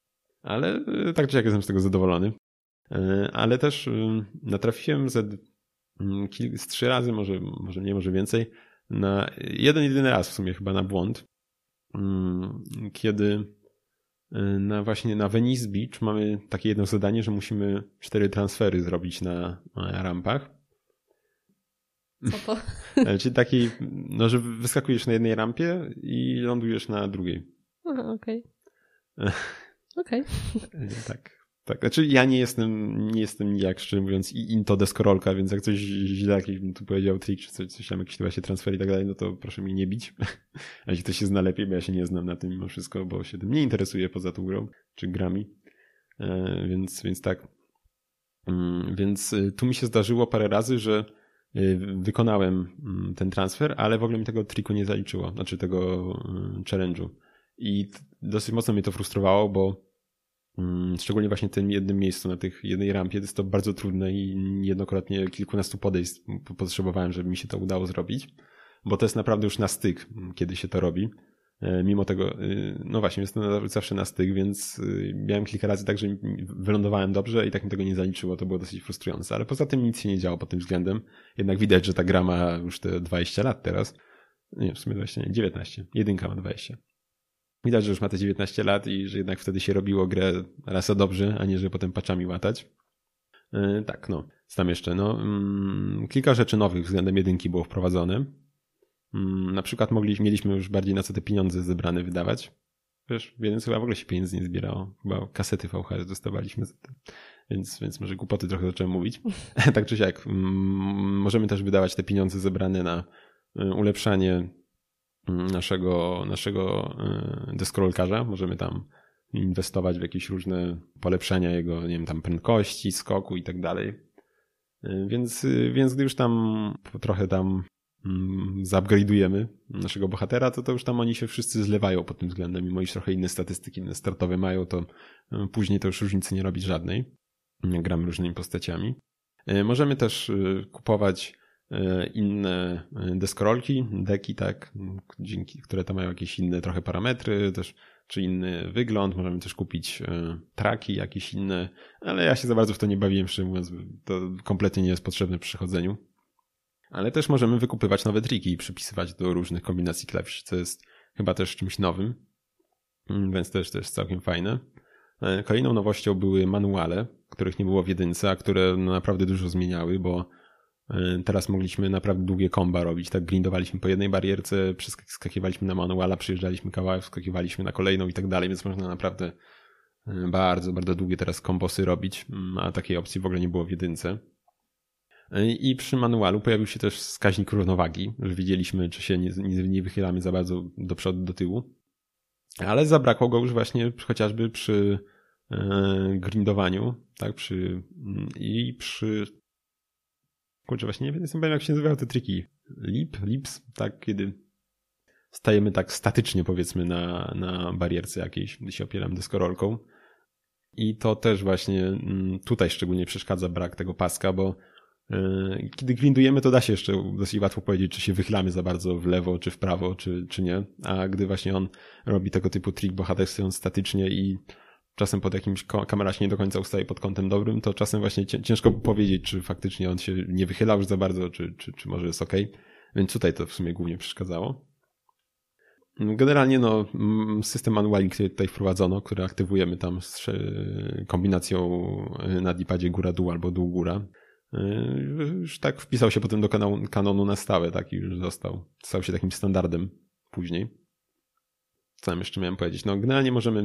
A: Ale tak czy jak jestem z tego zadowolony. Ale też natrafiłem ze z trzy razy, może, może nie, może więcej, na jeden jedyny raz w sumie chyba na błąd, kiedy na właśnie na Venice Beach mamy takie jedno zadanie, że musimy cztery transfery zrobić na, na rampach.
B: Co to?
A: Czyli taki, no, że wyskakujesz na jednej rampie i lądujesz na drugiej.
B: Aha, okej. Okay. Okej.
A: Okay. Tak. Tak, znaczy ja nie jestem, nie jestem nijak, szczerze mówiąc, into deskorolka, więc jak coś źle, jakiś bym tu powiedział trik, czy coś, coś tam, jakieś właśnie transfery i tak dalej, no to proszę mnie nie bić. A jeśli ktoś się zna lepiej, bo ja się nie znam na tym mimo wszystko, bo się tym nie interesuję poza tą grą, czy grami. E, więc, więc tak. Mm, więc tu mi się zdarzyło parę razy, że wykonałem ten transfer, ale w ogóle mi tego triku nie zaliczyło, znaczy tego challenge'u. I dosyć mocno mnie to frustrowało, bo szczególnie właśnie w tym jednym miejscu, na tych jednej rampie, jest to bardzo trudne i niejednokrotnie kilkunastu podejść potrzebowałem, żeby mi się to udało zrobić, bo to jest naprawdę już na styk, kiedy się to robi. Mimo tego, no właśnie, jest to zawsze na styk, więc miałem kilka razy tak, że wylądowałem dobrze i tak mi tego nie zaliczyło, to było dosyć frustrujące, ale poza tym nic się nie działo pod tym względem. Jednak widać, że ta gra ma już te dwadzieścia lat teraz. Nie, w sumie dwadzieścia, nie, dziewiętnaście. Jedynka ma dwadzieścia. Widać, że już ma te dziewiętnaście lat i że jednak wtedy się robiło grę raz a dobrze, a nie, że potem patchami łatać. Yy, tak, no. Co tam jeszcze? No, mm, kilka rzeczy nowych względem jedynki było wprowadzone. Mm, na przykład mogli, mieliśmy już bardziej na co te pieniądze zebrane wydawać. Wiesz, w jedynce chyba w ogóle się pieniędzy nie zbierało. Chyba kasety V H S dostawaliśmy za to. Więc, więc może głupoty trochę zacząłem mówić. Tak czy siak, mm, możemy też wydawać te pieniądze zebrane na y, ulepszanie naszego, naszego deskorolkarza. Możemy tam inwestować w jakieś różne polepszenia jego, nie wiem, tam prędkości, skoku i tak dalej. Więc, więc gdy już tam trochę tam zaupgrade'ujemy naszego bohatera, to to już tam oni się wszyscy zlewają pod tym względem. Mimo iż trochę inne statystyki inne startowe mają, to później to już różnicy nie robi żadnej. Jak gramy różnymi postaciami. Możemy też kupować inne deskorolki, deki, tak, dzięki, które tam mają jakieś inne trochę parametry, też, czy inny wygląd. Możemy też kupić traki jakieś inne, ale ja się za bardzo w to nie bawiłem, szczerze mówiąc, to kompletnie nie jest potrzebne przy chodzeniu. Ale też możemy wykupywać nowe triki i przypisywać do różnych kombinacji klawisz, co jest chyba też czymś nowym, więc też też całkiem fajne. Kolejną nowością były manuale, których nie było w jedynce, a które no naprawdę dużo zmieniały, bo teraz mogliśmy naprawdę długie komba robić. Tak grindowaliśmy po jednej barierce, przeskakiwaliśmy na manuala, przyjeżdżaliśmy kawałek, wskakiwaliśmy na kolejną i tak dalej, więc można naprawdę bardzo, bardzo długie teraz kombosy robić, a takiej opcji w ogóle nie było w jedynce. I przy manualu pojawił się też wskaźnik równowagi, że widzieliśmy, czy się nie, nie, nie wychylamy za bardzo do przodu, do tyłu. Ale zabrakło go już właśnie chociażby przy e, grindowaniu, tak, przy i przy kurczę, właśnie nie wiem jak się nazywały te triki. Lip, lips, tak, kiedy stajemy tak statycznie powiedzmy na, na barierce jakiejś, gdy się opieram deskorolką. I to też właśnie tutaj szczególnie przeszkadza brak tego paska, bo kiedy grindujemy, to da się jeszcze dosyć łatwo powiedzieć, czy się wychylamy za bardzo w lewo, czy w prawo, czy, czy nie. A gdy właśnie on robi tego typu trik bohaterski, on statycznie i czasem pod jakimś kamera się nie do końca ustaje pod kątem dobrym, to czasem właśnie ciężko powiedzieć, czy faktycznie on się nie wychylał już za bardzo, czy, czy, czy może jest okej. Więc tutaj to w sumie głównie przeszkadzało. Generalnie no, system manuali, który tutaj wprowadzono, który aktywujemy tam z kombinacją na D-padzie góra-dół albo dół-góra, już tak wpisał się potem do kanonu, kanonu na stałe, tak, i już został. Stał się takim standardem później. Co tam jeszcze miałem powiedzieć? No generalnie możemy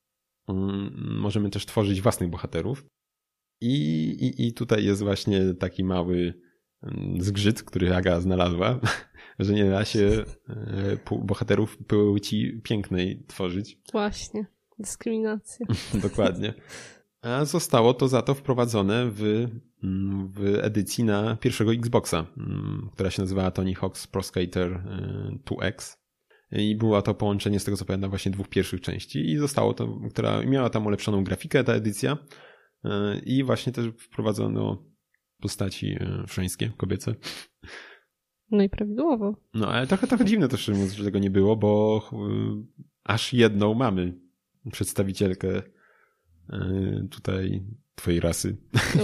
A: możemy też tworzyć własnych bohaterów i, i, i tutaj jest właśnie taki mały zgrzyt, który Aga znalazła, że nie da się bohaterów płci pięknej tworzyć.
B: Właśnie, dyskryminacja.
A: Dokładnie. A zostało to za to wprowadzone w, w edycji na pierwszego Xboxa, która się nazywała Tony Hawk's Pro Skater two X. I było to połączenie, z tego co pamiętam, właśnie dwóch pierwszych części i zostało to, która miała tam ulepszoną grafikę, ta edycja, i właśnie też wprowadzono postaci żeńskie, kobiece.
B: No i prawidłowo.
A: No ale trochę, trochę dziwne to, szczerze mówiąc, że tego nie było, bo aż jedną mamy przedstawicielkę tutaj twojej rasy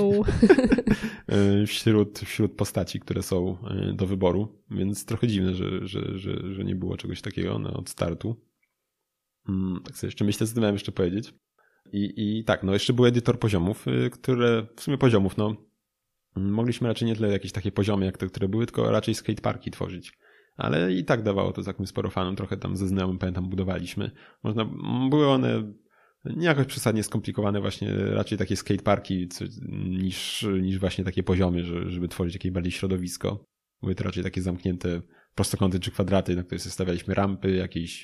A: wśród, wśród postaci, które są do wyboru, więc trochę dziwne, że, że, że, że nie było czegoś takiego no, od startu. Tak sobie jeszcze myślę, co miałem jeszcze powiedzieć. I, I tak, no jeszcze był edytor poziomów, które w sumie poziomów, no mogliśmy raczej nie tyle jakieś takie poziomy jak te, które były, tylko raczej skateparki tworzyć. Ale i tak dawało to całkiem sporo fanom, trochę tam ze znajomym, pamiętam, budowaliśmy. Można, były one nie jakoś przesadnie skomplikowane, właśnie raczej takie skateparki niż, niż właśnie takie poziomy, że, żeby tworzyć jakieś bardziej środowisko. Były to raczej takie zamknięte prostokąty czy kwadraty, na które stawialiśmy rampy, jakieś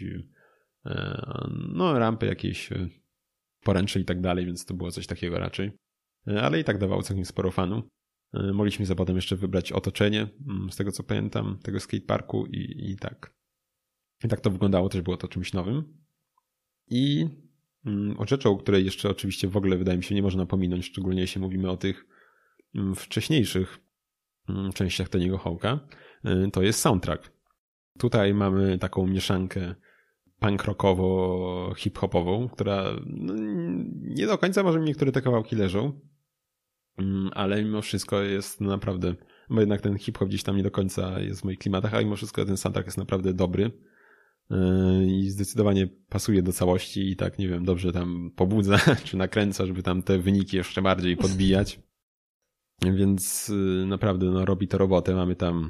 A: no rampy, jakieś poręcze i tak dalej, więc to było coś takiego raczej. Ale i tak dawało całkiem sporo fanu. Mogliśmy za potem jeszcze wybrać otoczenie, z tego co pamiętam, tego skateparku i, i tak. I tak to wyglądało, też było to czymś nowym. I rzeczą, o której jeszcze oczywiście w ogóle wydaje mi się nie można pominąć, szczególnie jeśli mówimy o tych wcześniejszych częściach Tony'ego Hawk'a, to jest soundtrack. Tutaj mamy taką mieszankę punk rockowo-hip-hopową, która no, nie do końca może mi niektóre te kawałki leżą, ale mimo wszystko jest naprawdę, bo jednak ten hip-hop gdzieś tam nie do końca jest w moich klimatach, ale mimo wszystko ten soundtrack jest naprawdę dobry i zdecydowanie pasuje do całości i tak, nie wiem, dobrze tam pobudza czy nakręca, żeby tam te wyniki jeszcze bardziej podbijać. Więc naprawdę no, robi to robotę. Mamy tam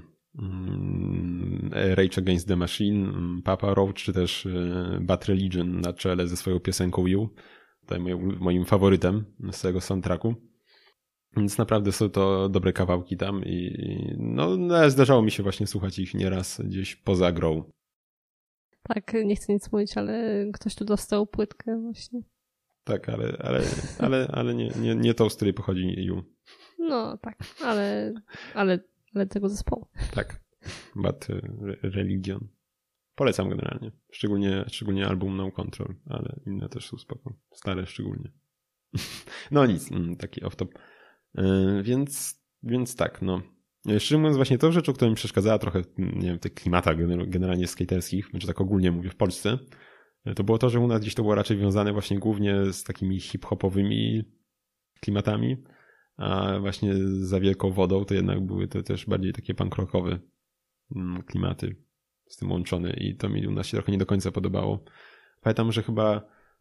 A: Rage Against the Machine, Papa Roach, czy też Bad Religion na czele ze swoją piosenką You. Tutaj moim, moim faworytem z tego soundtracku. Więc naprawdę są to dobre kawałki tam i no, zdarzało mi się właśnie słuchać ich nieraz gdzieś poza grą.
B: Tak, nie chcę nic mówić, ale ktoś tu dostał płytkę właśnie.
A: Tak, ale, ale, ale, ale nie, nie, nie tą, z której pochodzi You.
B: No tak, ale, ale, ale tego zespołu.
A: Tak, Bad Religion. Polecam generalnie. Szczególnie, szczególnie album No Control, ale inne też są spoko. Stare szczególnie. No nic, taki off-top. Więc, więc tak, no. Szczerze mówiąc właśnie tą rzeczą, która mi przeszkadzała trochę, nie wiem, tych klimatach generalnie skaterskich, znaczy tak ogólnie mówię w Polsce, to było to, że u nas gdzieś to było raczej wiązane właśnie głównie z takimi hip-hopowymi klimatami, a właśnie za Wielką Wodą to jednak były to też bardziej takie punk rockowe klimaty. z tym łączony i to mi u nas się trochę nie do końca podobało. Pamiętam, że chyba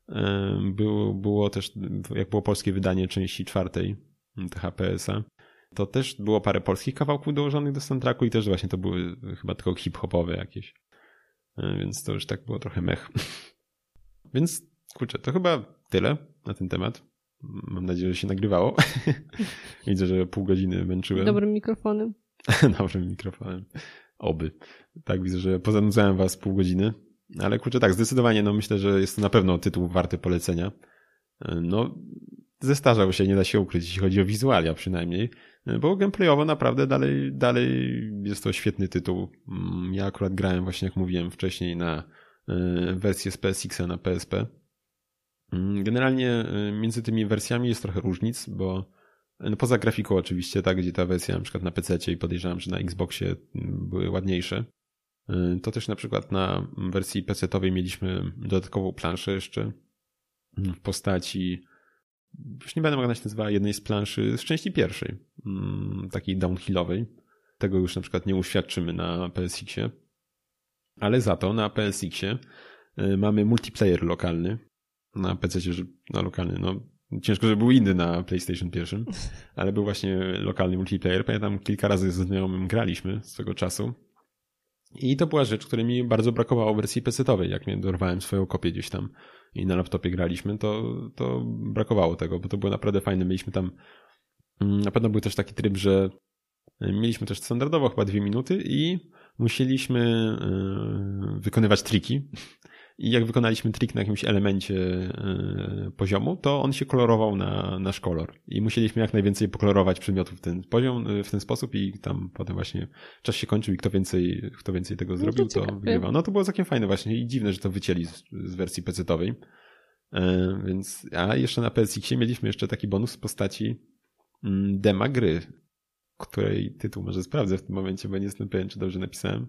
A: było, było też, jak było polskie wydanie części czwartej T H P S a, to też było parę polskich kawałków dołożonych do soundtracku i też właśnie to były chyba tylko hip-hopowe jakieś. Więc to już tak było trochę mech. Więc kurczę, to chyba tyle na ten temat. Mam nadzieję, że się nagrywało. Widzę, że pół godziny męczyłem.
B: Dobrym mikrofonem.
A: Dobrym mikrofonem. Oby. Tak, widzę, że pozanudzałem was pół godziny. Ale kurczę, tak, zdecydowanie no myślę, że jest to na pewno tytuł warty polecenia. No, zestarzał się, nie da się ukryć, jeśli chodzi o wizualia przynajmniej, bo gameplayowo naprawdę dalej, dalej jest to świetny tytuł. Ja akurat grałem właśnie, jak mówiłem wcześniej, na wersję z P S X a na P S P. Generalnie między tymi wersjami jest trochę różnic, bo no poza grafiką oczywiście, tak, gdzie ta wersja na przykład na pececie i podejrzewam, że na Xboxie były ładniejsze, to też na przykład na wersji pecetowej mieliśmy dodatkową planszę jeszcze w postaci, już nie będę mogła nazwać jednej z planszy z części pierwszej, takiej downhillowej. Tego już na przykład nie uświadczymy na P S X ie, ale za to na P S X ie mamy multiplayer lokalny, na pececie, no lokalny, no ciężko, żeby był inny na PlayStation pierwszym, ale był właśnie lokalny multiplayer. Pamiętam, kilka razy ze znajomym graliśmy swego czasu i to była rzecz, której mi bardzo brakowało w wersji pecetowej. Jak mnie dorwałem swoją kopię gdzieś tam i na laptopie graliśmy, to, to brakowało tego, bo to było naprawdę fajne. Mieliśmy tam, na pewno był też taki tryb, że mieliśmy też standardowo chyba dwie minuty i musieliśmy wykonywać triki. I jak wykonaliśmy trik na jakimś elemencie yy, poziomu, to on się kolorował na nasz kolor. I musieliśmy jak najwięcej pokolorować przedmiotów w ten poziom, yy, w ten sposób i tam potem właśnie czas się kończył i kto więcej, kto więcej tego no zrobił, to, to wygrywał. No to było całkiem fajne właśnie i dziwne, że to wycięli z, z wersji pecetowej. Yy, więc, a jeszcze na P S X ie mieliśmy jeszcze taki bonus w postaci yy, dema gry, której tytuł może sprawdzę w tym momencie, bo nie jestem pewien, czy dobrze napisałem.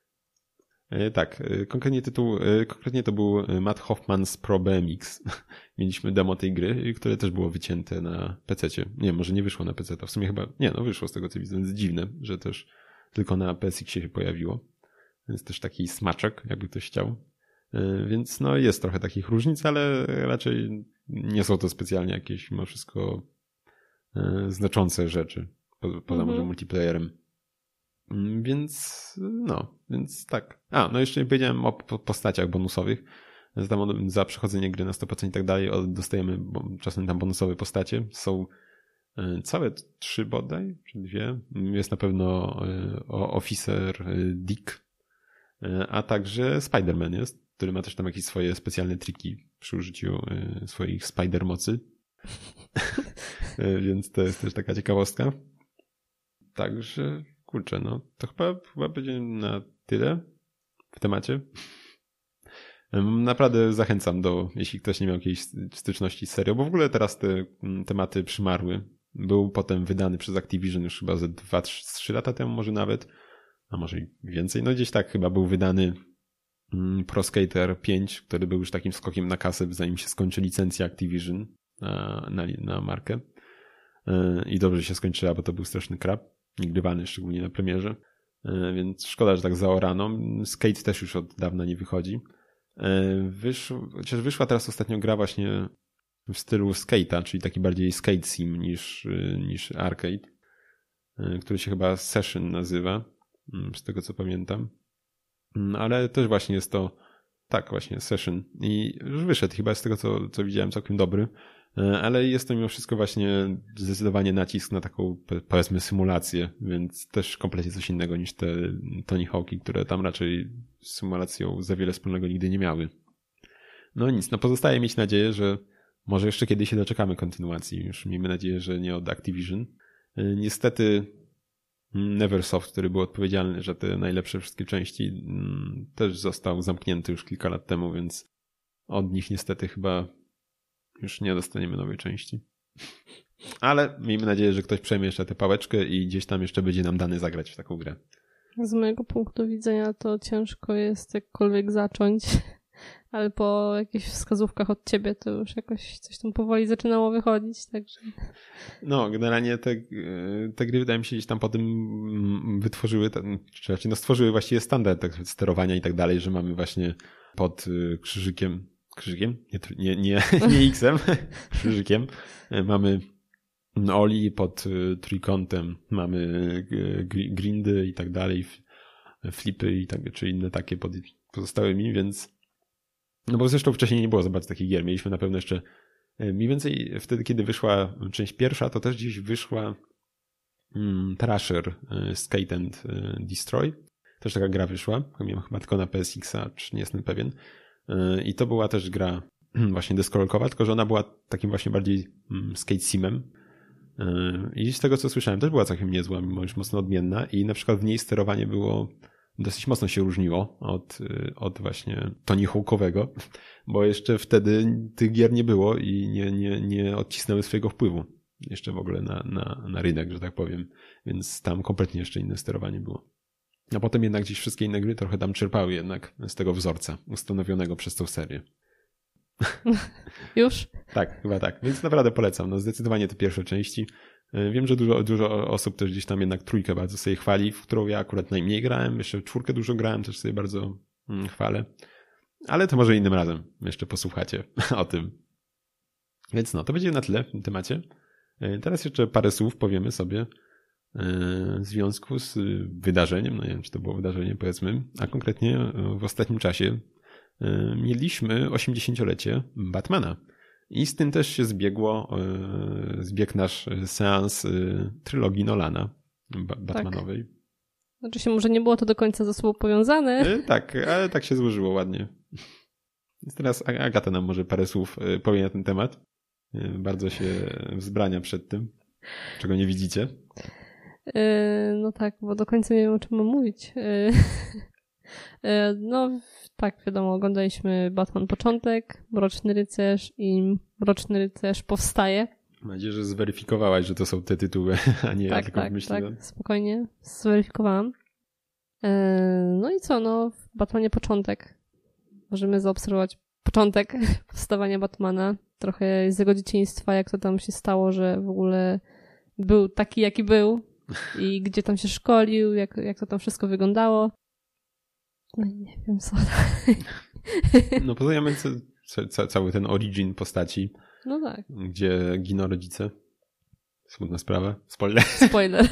A: Tak, konkretnie tytuł, konkretnie to był Matt Hoffman's Pro B M X. Mieliśmy demo tej gry, które też było wycięte na pececie. Nie, może nie wyszło na peceta. W sumie chyba, nie, no wyszło z tego co widzę, więc dziwne, że też tylko na P S X ie się pojawiło. Więc też taki smaczek, jakby ktoś chciał. Więc no jest trochę takich różnic, ale raczej nie są to specjalnie jakieś mimo wszystko znaczące rzeczy, poza mhm. może multiplayerem. Więc no, więc tak. A, no jeszcze nie powiedziałem o postaciach bonusowych. Za, tam, za przechodzenie gry na sto procent i tak dalej dostajemy czasem tam bonusowe postacie. Są całe trzy bodaj, czy dwie. Jest na pewno Officer Dick, a także Spider-Man jest, który ma też tam jakieś swoje specjalne triki przy użyciu swoich spider mocy. Więc to jest też taka ciekawostka. Także kurczę, no to chyba, chyba będzie na tyle w temacie. Naprawdę zachęcam do, jeśli ktoś nie miał jakiejś styczności z serią, bo w ogóle teraz te tematy przymarły. Był potem wydany przez Activision już chyba ze dwa trzy lata temu może nawet, a może i więcej. No gdzieś tak chyba był wydany Pro Skater pięć, który był już takim skokiem na kasę, zanim się skończy licencja Activision na, na, na markę. I dobrze się skończyła, bo to był straszny krab. Niegrywany, szczególnie na premierze, więc szkoda, że tak zaorano. Skate też już od dawna nie wychodzi. Wysz... Chociaż wyszła teraz ostatnio gra właśnie w stylu skate'a, czyli taki bardziej skate sim niż, niż arcade, który się chyba Session nazywa, z tego co pamiętam. Ale też właśnie jest to, tak właśnie, Session. I już wyszedł chyba z tego co, co widziałem całkiem dobry. Ale jest to mimo wszystko właśnie zdecydowanie nacisk na taką, powiedzmy, symulację, więc też kompletnie coś innego niż te Tony Hawk'i, które tam raczej z symulacją za wiele wspólnego nigdy nie miały. No nic, no pozostaje mieć nadzieję, że może jeszcze kiedyś się doczekamy kontynuacji. Już miejmy nadzieję, że nie od Activision. Niestety Neversoft, który był odpowiedzialny za te najlepsze wszystkie części, też został zamknięty już kilka lat temu, więc od nich niestety chyba już nie dostaniemy nowej części. Ale miejmy nadzieję, że ktoś przejmie jeszcze tę pałeczkę i gdzieś tam jeszcze będzie nam dany zagrać w taką grę.
B: Z mojego punktu widzenia to ciężko jest jakkolwiek zacząć. ale po jakichś wskazówkach od ciebie to już jakoś coś tam powoli zaczynało wychodzić, także...
A: No, generalnie te, te gry wydaje mi się gdzieś tam po tym wytworzyły, ten, czy raczej no stworzyły właściwie standard tak, sterowania i tak dalej, że mamy właśnie pod krzyżykiem, krzyżykiem? Nie, nie, nie, nie X-em, krzyżykiem, mamy Oli pod trójkątem, mamy grindy i tak dalej, flipy i tak, czy inne takie pod pozostałymi, więc no bo zresztą wcześniej nie było za bardzo takich gier. Mieliśmy na pewno jeszcze mniej więcej wtedy, kiedy wyszła część pierwsza, to też gdzieś wyszła um, Thrasher Skate and Destroy. Też taka gra wyszła. Miałem chyba tylko na P S X-a, czy nie jestem pewien. I to była też gra właśnie deskorolkowa, tylko że ona była takim właśnie bardziej um, skate simem. I z tego, co słyszałem, też była całkiem niezła, mimo już mocno odmienna i na przykład w niej sterowanie było dosyć mocno się różniło od, od właśnie Tony Hawk'owego, bo jeszcze wtedy tych gier nie było i nie, nie, nie odcisnęły swojego wpływu jeszcze w ogóle na, na, na rynek, że tak powiem, więc tam kompletnie jeszcze inne sterowanie było. A potem jednak gdzieś wszystkie inne gry trochę tam czerpały jednak z tego wzorca ustanowionego przez tą serię.
B: Już?
A: Tak, chyba tak. Więc naprawdę polecam. No zdecydowanie te pierwsze części. Wiem, że dużo, dużo osób też gdzieś tam jednak trójkę bardzo sobie chwali, w którą ja akurat najmniej grałem. Jeszcze w czwórkę dużo grałem, też sobie bardzo mm, chwalę. Ale to może innym razem jeszcze posłuchacie o tym. Więc no, to będzie na tyle w tym temacie. Teraz jeszcze parę słów powiemy sobie w związku z wydarzeniem. No nie wiem, czy to było wydarzenie, powiedzmy. A konkretnie w ostatnim czasie mieliśmy osiemdziesięciolecie Batmana. I z tym też się zbiegło, zbiegł nasz seans trylogii Nolana Batmanowej.
B: Tak. Znaczy się może nie było to do końca ze sobą powiązane.
A: Tak, ale tak się złożyło ładnie. Więc teraz Agata nam może parę słów powie na ten temat. Bardzo się wzbrania przed tym, czego nie widzicie.
B: No tak, bo do końca nie wiem, o czym mam mówić. No tak, wiadomo, oglądaliśmy Batman Początek, Mroczny Rycerz i Mroczny Rycerz Powstaje.
A: Mam nadzieję, że zweryfikowałaś, że to są te tytuły, a nie
B: tak,
A: ja tylko
B: tak,
A: wymyśliłem.
B: Tak, spokojnie, zweryfikowałam. No i co, no w Batmanie Początek możemy zaobserwować początek powstawania Batmana, trochę z jego dzieciństwa, jak to tam się stało, że w ogóle był taki, jaki był i gdzie tam się szkolił, jak, jak to tam wszystko wyglądało. No nie wiem co.
A: No poznajemy ca- ca- cały ten origin postaci.
B: No tak.
A: Gdzie giną rodzice. Smutna sprawa. Spoiler.
B: Spoiler.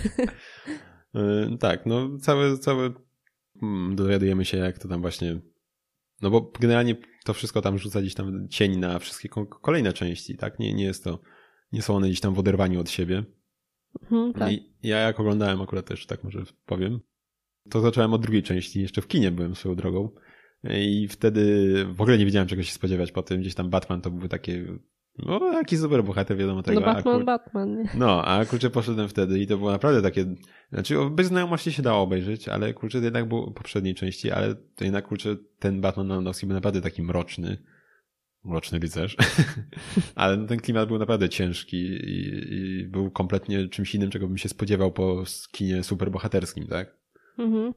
A: Tak, no całe, całe dowiadujemy się, jak to tam właśnie. No bo generalnie to wszystko tam rzuca gdzieś tam cień na wszystkie kolejne części, tak? Nie, nie jest to, nie są one gdzieś tam w oderwaniu od siebie.
B: Mhm, tak.
A: I ja jak oglądałem akurat też, tak może powiem, to zacząłem od drugiej części, jeszcze w kinie byłem swoją drogą i wtedy w ogóle nie wiedziałem, czego się spodziewać po tym. Gdzieś tam Batman to były takie, no jaki super bohater, wiadomo tego.
B: No Batman,
A: kur...
B: Batman. Nie?
A: No, a kurczę poszedłem wtedy i to było naprawdę takie, znaczy bez znajomości się dało obejrzeć, ale kurczę to jednak był poprzedniej części, ale to jednak kurczę ten Batman Nolanowski był naprawdę taki mroczny, mroczny rycerz, ale no, ten klimat był naprawdę ciężki i, i był kompletnie czymś innym, czego bym się spodziewał po kinie superbohaterskim, tak?
B: Mhm.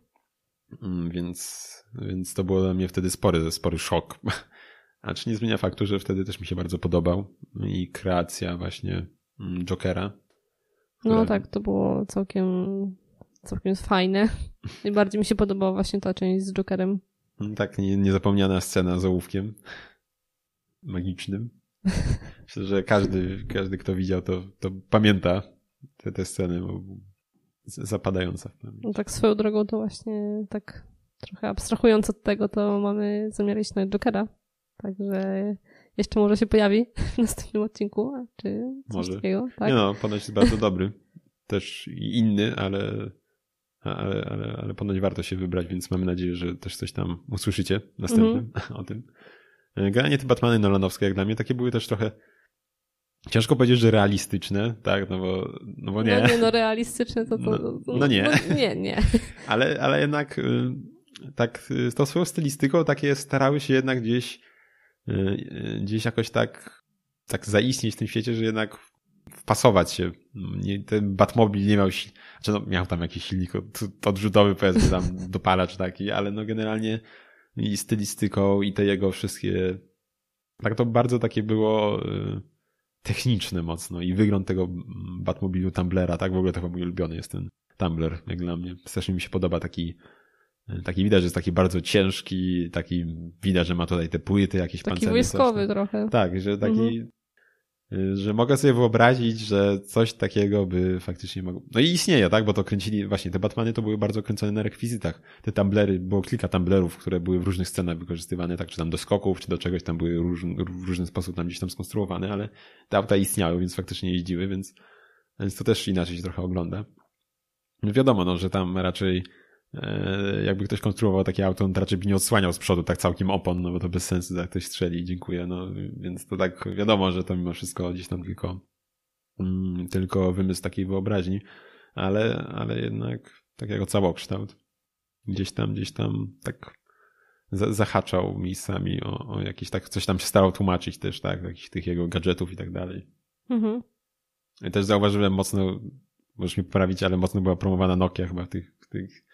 A: Więc, więc to było dla mnie wtedy spory, spory szok. A czy nie zmienia faktu, że wtedy też mi się bardzo podobał i kreacja właśnie Jokera.
B: Która... No tak, to było całkiem, całkiem fajne. Najbardziej mi się podobała właśnie ta część z Jokerem.
A: Tak, nie, niezapomniana scena z ołówkiem magicznym. Myślę, że każdy, każdy kto widział, to, to pamięta te, te sceny, bo zapadająca w pamięć.
B: No tak swoją drogą to właśnie tak trochę abstrahując od tego, to mamy zamiar iść na Jokera. Także jeszcze może się pojawi w następnym odcinku, czy coś
A: może.
B: takiego. Tak?
A: Nie no, ponoć jest bardzo dobry. Też inny, ale, ale, ale, ale ponoć warto się wybrać, więc mamy nadzieję, że też coś tam usłyszycie następnym mm-hmm. o tym. Generalnie te Batmany nolanowskie, jak dla mnie, takie były też trochę ciężko powiedzieć, że realistyczne, tak, no bo, no bo nie.
B: No nie, no realistyczne to to...
A: No,
B: to,
A: no nie.
B: No, nie, nie.
A: ale, ale jednak tak z tą swoją stylistyką takie starały się jednak gdzieś gdzieś jakoś tak tak zaistnieć w tym świecie, że jednak wpasować się. Nie, ten Batmobil nie miał, znaczy no, miał tam jakiś silnik odrzutowy, powiedzmy tam dopalacz taki, ale no generalnie i stylistyką i te jego wszystkie, tak to bardzo takie było techniczne mocno i wygląd tego Batmobilu Tumblera, tak w ogóle to chyba mój ulubiony jest ten Tumbler, jak dla mnie. Strasznie mi się podoba taki, taki widać, że jest taki bardzo ciężki, taki widać, że ma tutaj te płyty jakieś
B: taki
A: pancerne.
B: Taki wojskowy trochę.
A: Tak, że taki, mhm. że mogę sobie wyobrazić, że coś takiego by faktycznie mogło. No i istnieje, tak, bo to kręcili, właśnie te Batmany to były bardzo kręcone na rekwizytach. Te tumblery, było kilka tumblerów, które były w różnych scenach wykorzystywane, tak, czy tam do skoków, czy do czegoś tam były róż, w różny sposób tam gdzieś tam skonstruowane, ale te auta istniały, więc faktycznie jeździły, więc, więc to też inaczej się trochę ogląda. No wiadomo, no, że tam raczej e, jakby ktoś konstruował takie auto, on to raczej by nie odsłaniał z przodu tak całkiem opon, no bo to bez sensu, jak ktoś strzeli, dziękuję, no więc to tak wiadomo, że to mimo wszystko gdzieś tam tylko mm, tylko wymysł takiej wyobraźni, ale, ale jednak takiego całokształt gdzieś tam, gdzieś tam tak za, zahaczał miejscami o, o jakieś tak, coś tam się starał tłumaczyć też, tak, jakichś tych jego gadżetów i tak dalej. Mhm. I też zauważyłem mocno, możesz mi poprawić, ale mocno była promowana Nokia chyba w tych, w tych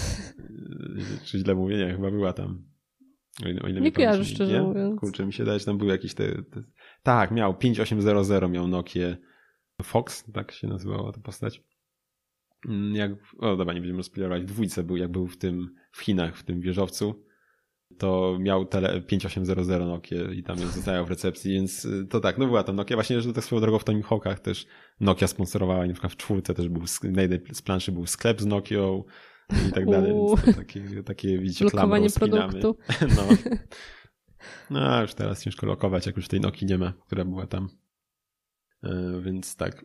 A: czy źle mówię? Nie, chyba była tam. O ile, o ile
B: nie kojarzę, szczerze nie? mówiąc.
A: Kurczę, mi się daje, że tam były jakieś te, te... Tak, miał pięć osiem zero zero, miał Nokię Fox, tak się nazywała ta postać. Jak, o dobra, nie będziemy rozpiliować, w dwójce był, jak był w tym, w Chinach, w tym wieżowcu, to miał tele pięć osiem zero zero Nokię i tam ją zostawiał w recepcji, więc to tak, no była tam Nokia. Właśnie, że tak swoją drogą w Tony Hawkach też Nokia sponsorowała i na przykład w czwórce też był, z planszy był sklep z Nokią i tak dalej, więc to takie, takie widzicie, klamrą spinamy. No. No, już teraz ciężko lokować, jak już tej Nokii nie ma, która była tam. Yy, więc tak.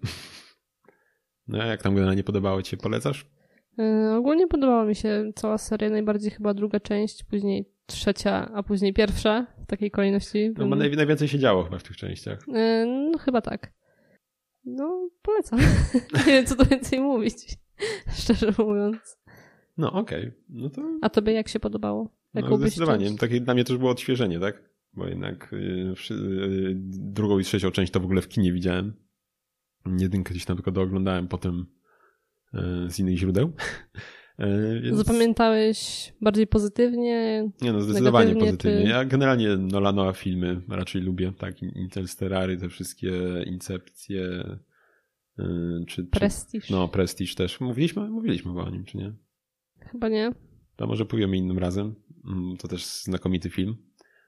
A: No, jak tam generalnie podobało ci się? Polecasz?
B: Yy, ogólnie podobała mi się cała seria, najbardziej chyba druga część, później trzecia, a później pierwsza, w takiej kolejności.
A: No, bo naj, najwięcej się działo chyba w tych częściach.
B: Yy, no, chyba tak. No, polecam. Nie wiem, co tu więcej mówić, szczerze mówiąc.
A: No, okej. Okay. No to...
B: A tobie jak się podobało?
A: No, zdecydowanie. Takie dla mnie też było odświeżenie, tak? Bo jednak yy, yy, drugą i trzecią część to w ogóle w kinie widziałem. Jedynkę gdzieś tam tylko dooglądałem potem yy, z innych źródeł. Yy, więc...
B: Zapamiętałeś bardziej pozytywnie?
A: Nie no, zdecydowanie pozytywnie. Czy... Ja generalnie Nolanowe filmy raczej lubię, tak? Interstellary, te wszystkie Incepcje, yy, czy...
B: Prestige.
A: Czy... No, Prestige też. Mówiliśmy? Mówiliśmy chyba o nim, czy nie?
B: Chyba nie.
A: To może pójdziemy innym razem. To też znakomity film.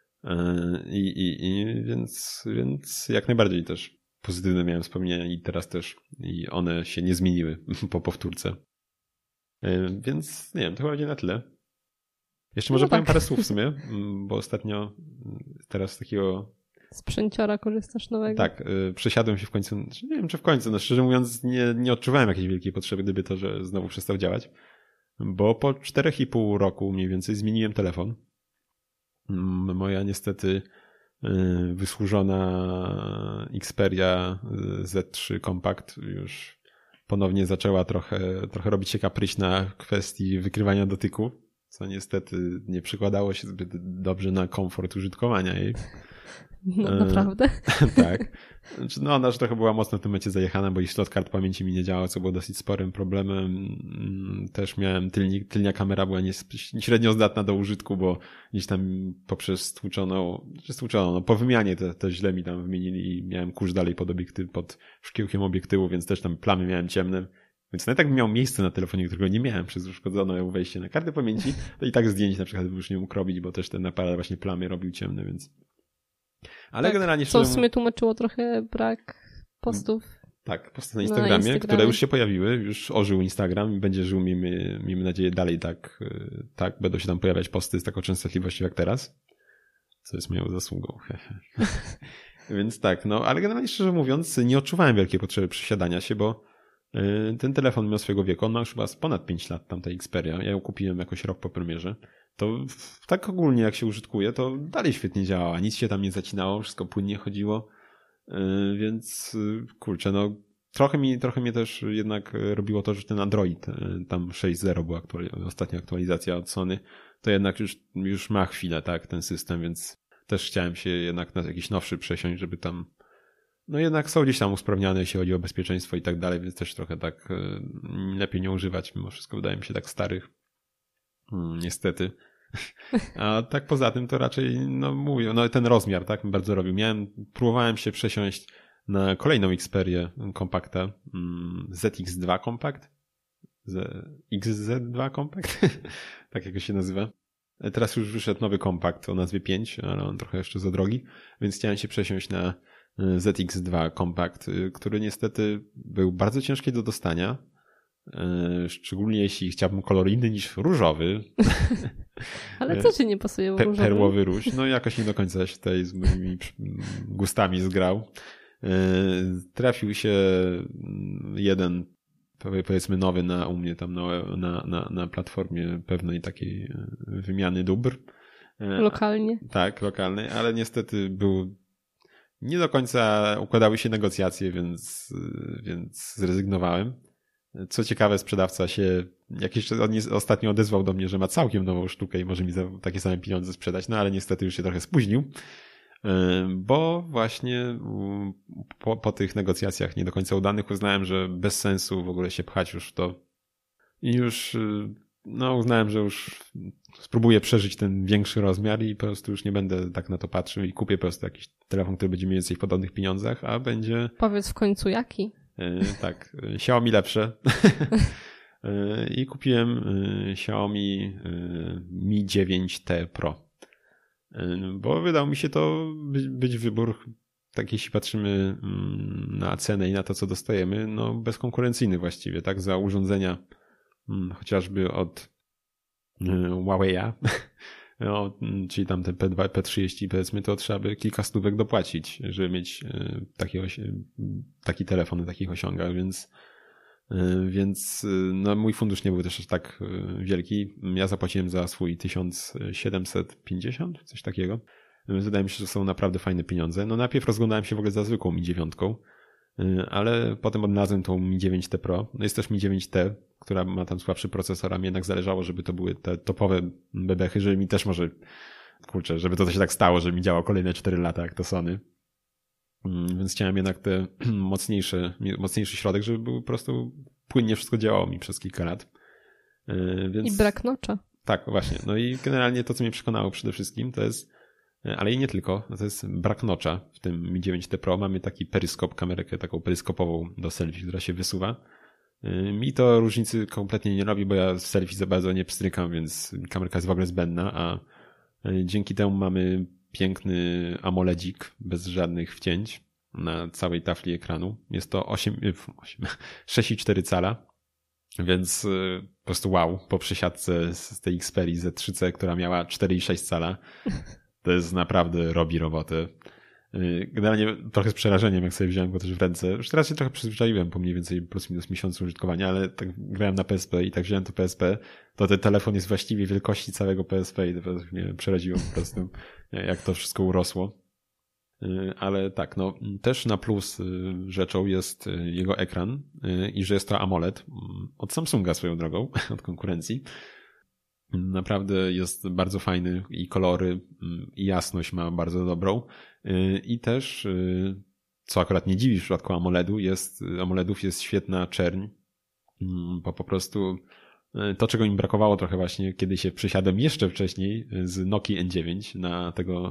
A: I, i, i więc, więc jak najbardziej też pozytywne miałem wspomnienia i teraz też. I one się nie zmieniły po powtórce. Więc nie wiem, to chyba będzie na tyle. Jeszcze może no powiem tak. parę słów w sumie, bo ostatnio teraz z takiego...
B: Sprzęciora korzystasz nowego.
A: Tak, przesiadłem się w końcu, nie wiem czy w końcu, no szczerze mówiąc nie, nie odczuwałem jakiejś wielkiej potrzeby, gdyby to, że znowu przestał działać. Bo po czterech i pół roku mniej więcej zmieniłem telefon. Moja niestety wysłużona Xperia Z trzy Compact już ponownie zaczęła trochę, trochę robić się kapryśna w kwestii wykrywania dotyku, co niestety nie przykładało się zbyt dobrze na komfort użytkowania jej.
B: No naprawdę?
A: Tak. Znaczy, no ona już trochę była mocno w tym momencie zajechana, bo i slot kart pamięci mi nie działał, co było dosyć sporym problemem. Też miałem tylnik, tylnia kamera była nie, średnio zdatna do użytku, bo gdzieś tam poprzez stłuczoną, czy stłuczoną, no po wymianie to, to źle mi tam wymienili i miałem kurz dalej pod obiektyw, pod szkiełkiem obiektywu, więc też tam plamy miałem ciemne. Więc nawet jak miał miejsce na telefonie, którego nie miałem przez uszkodzone wejście na kartę pamięci, to i tak zdjęć na przykład już nie mógł robić, bo też ten aparat właśnie plamy robił ciemne, więc... Ale
B: tak,
A: generalnie...
B: Co w sumie tłumaczyło trochę brak postów.
A: Tak, posty na Instagramie, na Instagramie, które już się pojawiły, już ożył Instagram i będzie żył, miejmy, miejmy nadzieję, dalej tak, tak, będą się tam pojawiać posty z taką częstotliwością jak teraz, co jest moją zasługą. Więc tak, no, ale generalnie szczerze mówiąc, nie odczuwałem wielkiej potrzeby przesiadania się, bo ten telefon miał swojego wieku, on ma już chyba ponad pięć lat, tamta Xperia, ja ją kupiłem jakoś rok po premierze. To tak ogólnie jak się użytkuje, to dalej świetnie działała. Nic się tam nie zacinało, wszystko płynnie chodziło. Yy, więc kurczę, no trochę mi, trochę mnie też jednak robiło to, że ten Android, yy, tam sześć zero była aktuali- ostatnia aktualizacja od Sony, to jednak już, już ma chwilę, tak, ten system, więc też chciałem się jednak na jakiś nowszy przesiąść, żeby tam, no jednak są gdzieś tam usprawniane, jeśli chodzi o bezpieczeństwo i tak dalej, więc też trochę tak yy, lepiej nie używać, mimo wszystko wydaje mi się tak starych. Hmm, niestety. A tak poza tym to raczej, no mówię, no ten rozmiar, tak, bardzo robił. Miałem, próbowałem się przesiąść na kolejną Xperię kompakta, Z X dwa Compact, X Z dwa Compact, tak jak się nazywa. Teraz już wyszedł nowy kompakt o nazwie pięć, ale on trochę jeszcze za drogi, więc chciałem się przesiąść na Z X dwa Compact, który niestety był bardzo ciężki do dostania, szczególnie jeśli chciałbym kolor inny niż różowy.
B: Ale co ci nie pasuje w różowym?
A: Perłowy róż. No jakoś nie do końca się tutaj z moimi gustami zgrał. Trafił się jeden, powiedzmy nowy na, u mnie tam na, na, na, na platformie pewnej takiej wymiany dóbr.
B: Lokalnie?
A: Tak, lokalnej, ale niestety był nie do końca układały się negocjacje, więc, więc zrezygnowałem. Co ciekawe, sprzedawca się jakieś on ostatnio odezwał do mnie, że ma całkiem nową sztukę i może mi za takie same pieniądze sprzedać, no ale niestety już się trochę spóźnił, bo właśnie po, po tych negocjacjach nie do końca udanych uznałem, że bez sensu w ogóle się pchać już w to i już no uznałem, że już spróbuję przeżyć ten większy rozmiar i po prostu już nie będę tak na to patrzył i kupię po prostu jakiś telefon, który będzie mniej więcej w podobnych pieniądzach, a będzie...
B: Powiedz w końcu jaki?
A: Tak, Xiaomi lepsze. I kupiłem Xiaomi Mi dziewięć T Pro. Bo wydał mi się to być wybór, tak jeśli patrzymy na cenę i na to, co dostajemy, no bezkonkurencyjny właściwie, tak? Za urządzenia chociażby od Huawei'a, no, czyli tam ten P dwa, P trzydzieści powiedzmy, to trzeba by kilka stówek dopłacić, żeby mieć taki, taki telefon na takich osiągach, więc, więc no, mój fundusz nie był też aż tak wielki. Ja zapłaciłem za swój tysiąc siedemset pięćdziesiąt, coś takiego. Więc wydaje mi się, że są naprawdę fajne pieniądze. No najpierw rozglądałem się w ogóle za zwykłą Mi dziewięć, ale potem odnalazłem tą Mi dziewięć T Pro. No jest też Mi dziewięć T, która ma tam słabszy procesor, a mi jednak zależało, żeby to były te topowe bebechy, żeby mi też może, kurczę, żeby to się tak stało, żeby mi działało kolejne cztery lata jak to Sony. Więc chciałem jednak te mocniejsze, mocniejszy środek, żeby było po prostu płynnie wszystko działało mi przez kilka lat. Więc...
B: I brak nocza.
A: Tak, właśnie. No i generalnie to, co mnie przekonało przede wszystkim, to jest, ale i nie tylko, to jest brak nocza w tym Mi dziewięć T Pro. Mamy taki peryskop, kamerkę taką peryskopową do selfie, która się wysuwa. Mi to różnicy kompletnie nie robi, bo ja w selfie za bardzo nie pstrykam, więc kamerka jest w ogóle zbędna, a dzięki temu mamy piękny AMOLEDzik bez żadnych wcięć na całej tafli ekranu. Jest to osiem, osiem, sześć i cztery cala, więc po prostu wow, po przesiadce z tej Xperii Z trzy C, która miała cztery i sześć cala, to jest naprawdę robi robotę. Generalnie trochę z przerażeniem, jak sobie wziąłem go też w ręce. Już teraz się trochę przyzwyczaiłem po mniej więcej plus minus miesiącu użytkowania, ale tak grałem na P S P i tak wziąłem to P S P, to ten telefon jest właściwie wielkości całego P S P i to mnie przeraziło po prostu, jak to wszystko urosło. Ale tak, no też na plus rzeczą jest jego ekran i że jest to AMOLED od Samsunga swoją drogą, od konkurencji. Naprawdę jest bardzo fajny i kolory i jasność ma bardzo dobrą i też, co akurat nie dziwi w przypadku AMOLEDu, jest, AMOLEDów jest świetna czerń, bo po prostu to, czego im brakowało trochę właśnie, kiedy się przesiadłem jeszcze wcześniej z Nokii N dziewięć na tego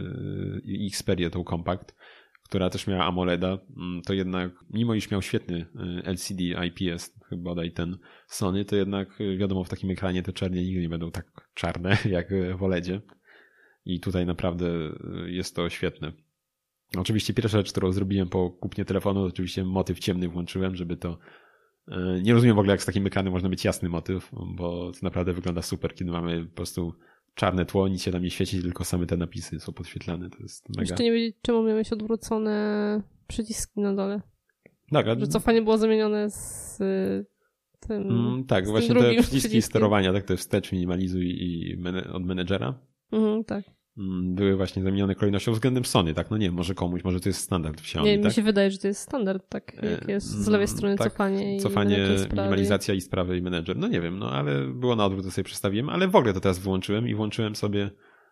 A: Xperię, tą Compact, która też miała AMOLEDa, to jednak, mimo iż miał świetny L C D I P S, chyba bodaj ten Sony, to jednak wiadomo, w takim ekranie te czernie nigdy nie będą tak czarne jak w OLEDzie. I tutaj naprawdę jest to świetne. Oczywiście pierwsza rzecz, którą zrobiłem po kupnie telefonu, to oczywiście motyw ciemny włączyłem, żeby to... Nie rozumiem w ogóle, jak z takim ekranem można mieć jasny motyw, bo to naprawdę wygląda super, kiedy mamy po prostu czarne tło, nic się tam nie świeci, tylko same te napisy są podświetlane. To jest mega.
B: Jeszcze nie wiedzieć, czemu miałeś odwrócone przyciski na dole.
A: Tak, a...
B: Że cofanie było zamienione z tym. Mm,
A: tak,
B: z
A: właśnie
B: tym
A: te przyciski przyciskiem. Sterowania, tak, to jest wstecz, minimalizuj i men- od menedżera.
B: Mhm, tak.
A: Były właśnie zamienione kolejnością względem Sony, tak? No nie wiem, może komuś, może to jest standard w Xiaomi,
B: Nie,
A: tak?
B: mi się wydaje, że to jest standard, tak? Jak jest z lewej strony
A: tak,
B: cofanie i
A: cofanie, minimalizacja i z prawej menedżer. No nie wiem, no ale było na odwrót, to sobie przestawiłem, ale w ogóle to teraz wyłączyłem i włączyłem sobie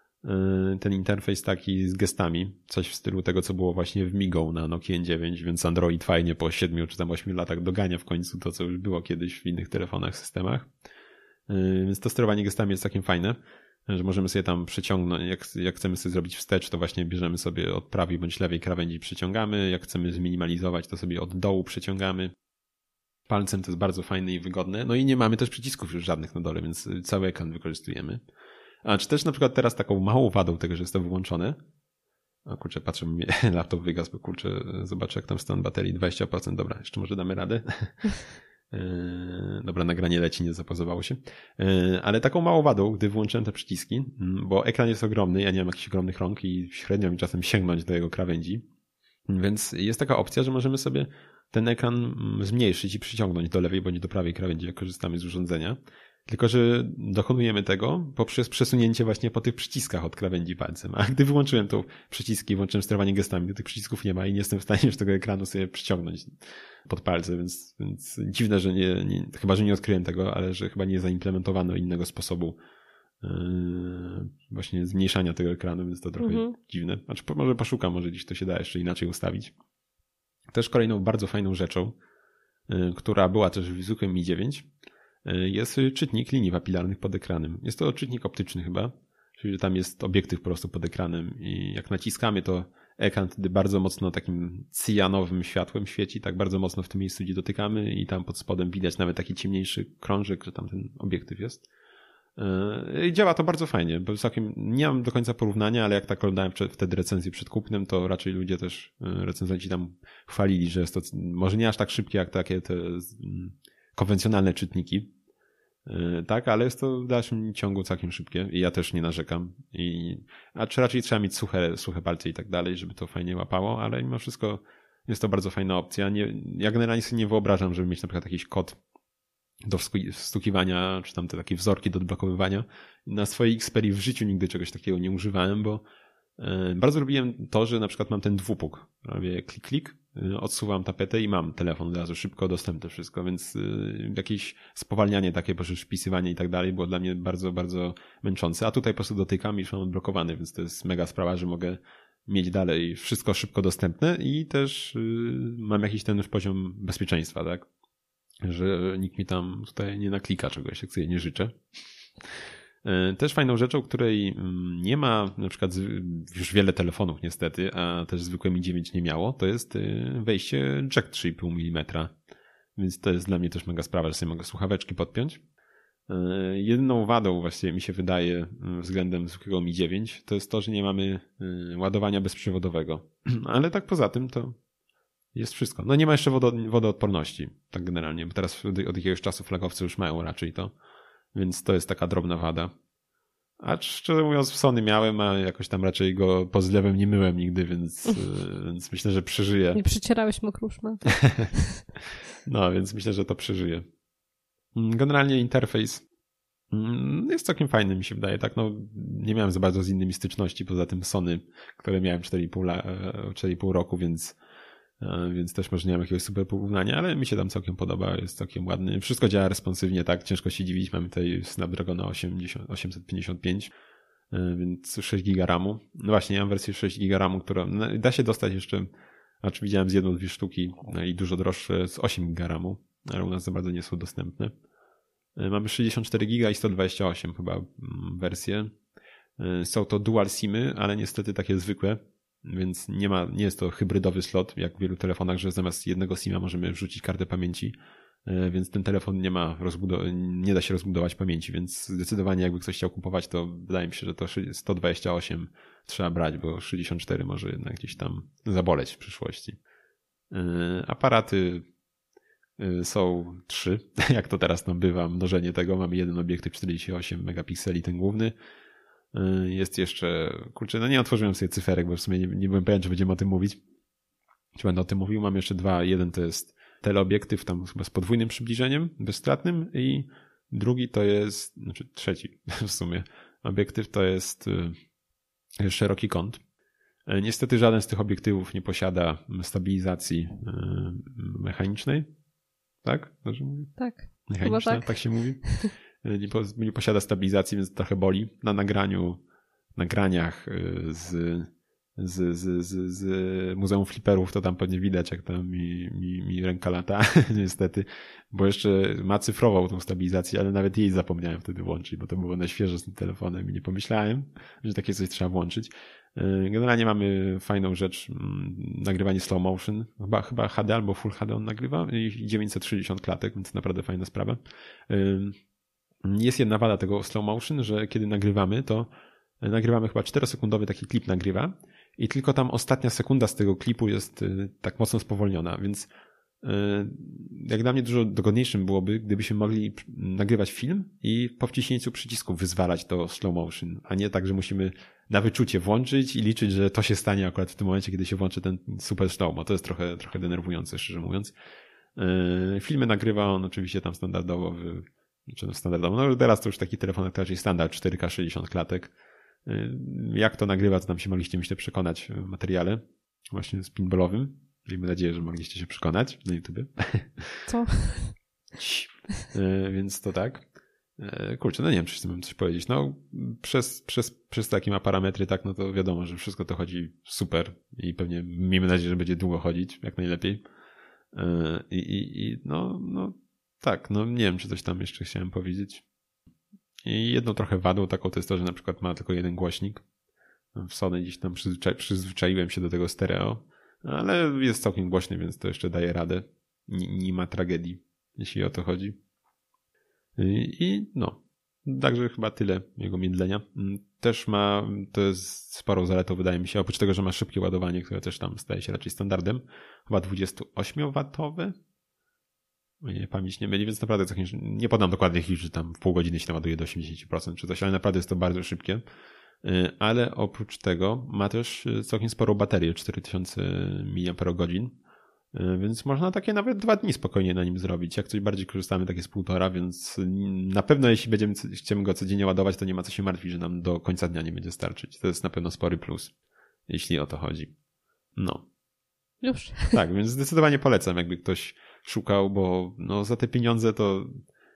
A: ten interfejs taki z gestami, coś w stylu tego, co było właśnie w Migo na Nokii N dziewięć, więc Android fajnie po siedmiu czy tam ośmiu latach dogania w końcu to, co już było kiedyś w innych telefonach, systemach. Więc to sterowanie gestami jest całkiem fajne. że możemy sobie tam przyciągnąć, jak, jak chcemy sobie zrobić wstecz, to właśnie bierzemy sobie od prawej bądź lewej krawędzi, przyciągamy, jak chcemy zminimalizować, to sobie od dołu przyciągamy. Palcem to jest bardzo fajne i wygodne. No i nie mamy też przycisków już żadnych na dole, więc cały ekran wykorzystujemy. A czy też na przykład teraz taką małą wadą tego, że jest to wyłączone. O kurczę, patrzę, mi laptop wygasł, bo kurczę, zobaczę jak tam stan baterii, dwadzieścia procent, dobra, jeszcze może damy radę. Dobra, nagranie leci, nie zapozowało się. Ale taką małą wadą, gdy wyłączyłem te przyciski, bo ekran jest ogromny, ja nie mam jakichś ogromnych rąk i średnio mi czasem sięgnąć do jego krawędzi, więc jest taka opcja, że możemy sobie ten ekran zmniejszyć i przyciągnąć do lewej bądź do prawej krawędzi, jak korzystamy z urządzenia. Tylko że dokonujemy tego poprzez przesunięcie właśnie po tych przyciskach od krawędzi palcem. A gdy wyłączyłem to przyciski, włączyłem sterowanie gestami, to tych przycisków nie ma i nie jestem w stanie już tego ekranu sobie przyciągnąć pod palce, więc, więc dziwne, że nie, nie, chyba, że nie odkryłem tego, ale że chyba nie zaimplementowano innego sposobu yy, właśnie zmniejszania tego ekranu, więc to trochę mhm. dziwne. Znaczy może poszukam, może gdzieś to się da jeszcze inaczej ustawić. Też kolejną bardzo fajną rzeczą, yy, która była też w zwykłym Mi dziewięć, jest czytnik linii papilarnych pod ekranem. Jest to czytnik optyczny chyba, czyli tam jest obiektyw po prostu pod ekranem i jak naciskamy, to ekran wtedy bardzo mocno takim cyjanowym światłem świeci, tak bardzo mocno w tym miejscu, gdzie dotykamy i tam pod spodem widać nawet taki ciemniejszy krążek, że tam ten obiektyw jest. I działa to bardzo fajnie, bo całkiem nie mam do końca porównania, ale jak tak oglądałem wtedy recenzję przed kupnem, to raczej ludzie też, recenzenci tam chwalili, że jest to może nie aż tak szybkie jak takie te konwencjonalne czytniki, tak, ale jest to w dalszym ciągu całkiem szybkie i ja też nie narzekam. I, a czy raczej trzeba mieć suche, suche palce i tak dalej, żeby to fajnie łapało, ale mimo wszystko jest to bardzo fajna opcja. Nie, ja generalnie sobie nie wyobrażam, żeby mieć na przykład jakiś kod do wstukiwania, czy tam te takie wzorki do odblokowywania. Na swojej Xperii w życiu nigdy czegoś takiego nie używałem, bo bardzo lubiłem to, że na przykład mam ten dwupuk. Robię klik, klik, odsuwam tapetę i mam telefon od razu szybko dostępne wszystko, więc jakieś spowalnianie takie, poprzez wpisywanie i tak dalej było dla mnie bardzo, bardzo męczące. A tutaj po prostu dotykam i już mam odblokowany, więc to jest mega sprawa, że mogę mieć dalej wszystko szybko dostępne i też mam jakiś ten już poziom bezpieczeństwa, tak? Że nikt mi tam tutaj nie naklika czegoś, jak sobie nie życzę. Też fajną rzeczą, której nie ma na przykład już wiele telefonów niestety, a też zwykłe Mi dziewięć nie miało, to jest wejście jack trzy i pół milimetra. Więc to jest dla mnie też mega sprawa, że sobie mogę słuchaweczki podpiąć. Jedyną wadą właściwie mi się wydaje względem zwykłego Mi dziewięć to jest to, że nie mamy ładowania bezprzewodowego. Ale tak poza tym to jest wszystko. No nie ma jeszcze wodo- wodoodporności, tak generalnie, bo teraz od jakiegoś czasu flagowcy już mają raczej to. Więc to jest taka drobna wada. A szczerze mówiąc w Sony miałem, a jakoś tam raczej go pod zlewem nie myłem nigdy, więc, więc myślę, że przeżyję.
B: Nie przycierałeś mokruszma.
A: No, więc myślę, że to przeżyję. Generalnie interfejs jest całkiem fajny, mi się wydaje. Tak, no, nie miałem za bardzo z innymi styczności, poza tym Sony, które miałem cztery i pół, cztery i pół roku, więc więc też może nie mam jakiegoś super porównania, ale mi się tam całkiem podoba, jest całkiem ładny. Wszystko działa responsywnie, tak, ciężko się dziwić. Mamy tutaj Snapdragona osiemset pięćdziesiąt pięć, więc sześć giga ramu. No właśnie, ja mam wersję sześć giga ramu, która no, da się dostać jeszcze, znaczy widziałem z jedną, dwie sztuki no i dużo droższe z osiem giga ramu, ale u nas za bardzo nie są dostępne. Mamy sześćdziesiąt cztery giga i sto dwadzieścia osiem chyba wersje. Są to dual simy, ale niestety takie zwykłe, więc nie ma, nie jest to hybrydowy slot, jak w wielu telefonach, że zamiast jednego sima możemy wrzucić kartę pamięci, więc ten telefon nie ma rozbudow- nie da się rozbudować pamięci, więc zdecydowanie jakby ktoś chciał kupować, to wydaje mi się, że to sto dwadzieścia osiem trzeba brać, bo sześćdziesiąt cztery może jednak gdzieś tam zaboleć w przyszłości. Aparaty są trzy, jak to teraz nam bywa, mnożenie tego, mamy jeden obiektyw czterdzieści osiem megapikseli, ten główny. Jest jeszcze, kurczę, no nie otworzyłem sobie cyferek, bo w sumie nie, nie byłem pewien, czy będziemy o tym mówić. Czy będę o tym mówił. Mam jeszcze dwa. Jeden to jest teleobiektyw, tam chyba z podwójnym przybliżeniem, bezstratnym i drugi to jest, znaczy trzeci w sumie obiektyw to jest szeroki kąt. Niestety żaden z tych obiektywów nie posiada stabilizacji mechanicznej. Tak? Dobrze mówię?
B: Tak.
A: Mechaniczna, tak. tak się mówi. Nie, po, nie posiada stabilizacji, więc trochę boli. Na nagraniu, nagraniach z z, z, z, z Muzeum Flipperów, to tam pewnie widać, jak tam mi, mi, mi ręka lata, niestety, bo jeszcze ma cyfrową tą stabilizację, ale nawet jej zapomniałem wtedy włączyć, bo to było na świeżo z tym telefonem i nie pomyślałem, że takie coś trzeba włączyć. Generalnie mamy fajną rzecz, nagrywanie slow motion, chyba, chyba H D albo Full H D on nagrywa i dziewięćset sześćdziesiąt klatek, więc naprawdę fajna sprawa. Jest jedna wada tego slow motion, że kiedy nagrywamy, to nagrywamy chyba czterosekundowy taki klip nagrywa i tylko tam ostatnia sekunda z tego klipu jest tak mocno spowolniona, więc jak dla mnie dużo dogodniejszym byłoby, gdybyśmy mogli nagrywać film i po wciśnięciu przycisku wyzwalać to slow motion, a nie tak, że musimy na wyczucie włączyć i liczyć, że to się stanie akurat w tym momencie, kiedy się włączy ten super slow, bo to jest trochę, trochę denerwujące, szczerze mówiąc. Filmy nagrywa on oczywiście tam standardowo, czy standardowo, no teraz to już taki telefon jak raczej standard cztery K sześćdziesiąt klatek. Jak to nagrywa, to tam się mogliście myślę przekonać w materiale właśnie z pinballowym. Miejmy nadzieję, że mogliście się przekonać na YouTubie.
B: Co?
A: Więc to tak. Kurczę, no nie wiem, czy chcę coś powiedzieć. No przez, przez, przez takie ma parametry, tak, no to wiadomo, że wszystko to chodzi super i pewnie miejmy nadzieję, że będzie długo chodzić, jak najlepiej. I, i, i no, no tak, no nie wiem, czy coś tam jeszcze chciałem powiedzieć. I jedną trochę wadą taką to jest to, że na przykład ma tylko jeden głośnik. W Sony gdzieś tam przyzwyczai, przyzwyczaiłem się do tego stereo, ale jest całkiem głośny, więc to jeszcze daje radę. Nie, nie ma tragedii, jeśli o to chodzi. I, i no, także chyba tyle jego miedlenia. Też ma, to jest sporą zaletą wydaje mi się, oprócz tego, że ma szybkie ładowanie, które też tam staje się raczej standardem. Chyba dwudziestoośmiowatowe. Nie, pamięć nie myli, więc naprawdę całkiem, nie podam dokładnych liczb, że tam w pół godziny się naładuje do osiemdziesiąt procent czy coś, ale naprawdę jest to bardzo szybkie. Ale oprócz tego ma też całkiem sporą baterię, cztery tysiące miliamperogodzin, więc można takie nawet dwa dni spokojnie na nim zrobić. Jak coś bardziej korzystamy, tak jest półtora, więc na pewno jeśli będziemy, chcemy go codziennie ładować, to nie ma co się martwić, że nam do końca dnia nie będzie starczyć. To jest na pewno spory plus, jeśli o to chodzi. No.
B: Już.
A: Tak, więc zdecydowanie polecam, jakby ktoś szukał, bo no za te pieniądze to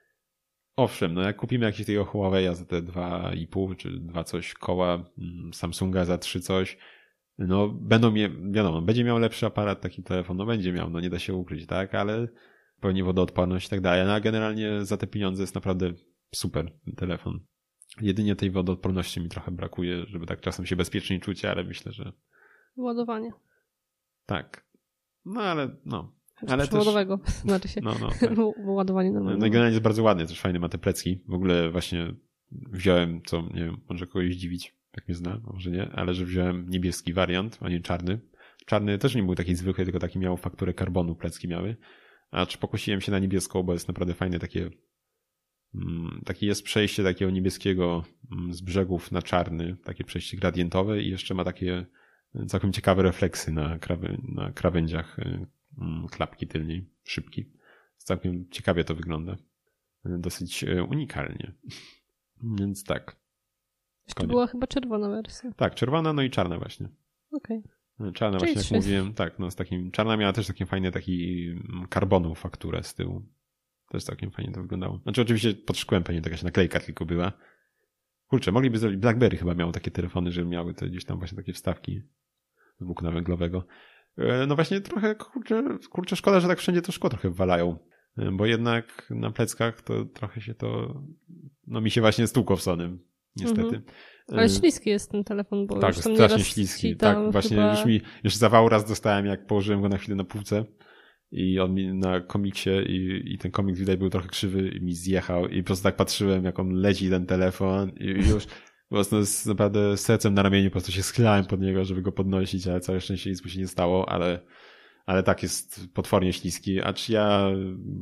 A: owszem, no jak kupimy jakieś tego Huawei'a za te dwa i pół czy dwa coś koła, Samsunga za trzy coś, no będą mie, wiadomo, będzie miał lepszy aparat taki telefon, no będzie miał, no nie da się ukryć, tak, ale pewnie wodoodporność i tak dalej, no a generalnie za te pieniądze jest naprawdę super ten telefon. Jedynie tej wodoodporności mi trochę brakuje, żeby tak czasem się bezpiecznie czuć, ale myślę, że...
B: Ładowanie.
A: Tak. No ale no...
B: Ale przewodowego, też... znaczy się.
A: No, no, tak.
B: Ładowanie normalne.
A: No i generalnie jest bardzo ładny, też fajny, ma te plecki. W ogóle właśnie wziąłem, co nie wiem, może kogoś zdziwić, jak mnie zna, może nie, ale że wziąłem niebieski wariant, a nie czarny. Czarny też nie był taki zwykły, tylko taki miał fakturę karbonu, plecki miały. Acz pokusiłem się na niebieską, bo jest naprawdę fajne takie, takie jest przejście takiego niebieskiego z brzegów na czarny, takie przejście gradientowe i jeszcze ma takie całkiem ciekawe refleksy na, krawy, na krawędziach klapki tylnej, szybki. Całkiem ciekawie to wygląda. Dosyć unikalnie. Więc tak.
B: To była chyba czerwona wersja.
A: Tak, czerwona, no i czarna właśnie.
B: Okej.
A: Okay. Czarna Czyli właśnie, jak trzy. Mówiłem, tak, no z takim, czarna miała też takie fajne taki karbonu fakturę z tyłu. Też całkiem fajnie to wyglądało. Znaczy oczywiście pod szkłem pewnie jakaś naklejka tylko była. Kurczę, mogliby zrobić, BlackBerry chyba miało takie telefony, że miały te gdzieś tam właśnie takie wstawki z włókna węglowego. No właśnie trochę, kurczę, kurczę, szkoda, że tak wszędzie to szkło trochę walają, bo jednak na pleckach to trochę się to, no mi się właśnie stłukło w Sonym, niestety. Mhm.
B: Ale śliski jest ten telefon, bo
A: tak,
B: już tam
A: strasznie śliski, tak, właśnie
B: chyba...
A: już mi, już zawał raz dostałem, jak położyłem go na chwilę na półce i on mi na komiksie i, i ten komiks widać był trochę krzywy i mi zjechał i po prostu tak patrzyłem, jak on leci ten telefon i już... Po prostu z naprawdę sercem na ramieniu po prostu się schylałem pod niego, żeby go podnosić, ale całe szczęście nic mu się nie stało, ale, ale tak jest potwornie śliski, acz ja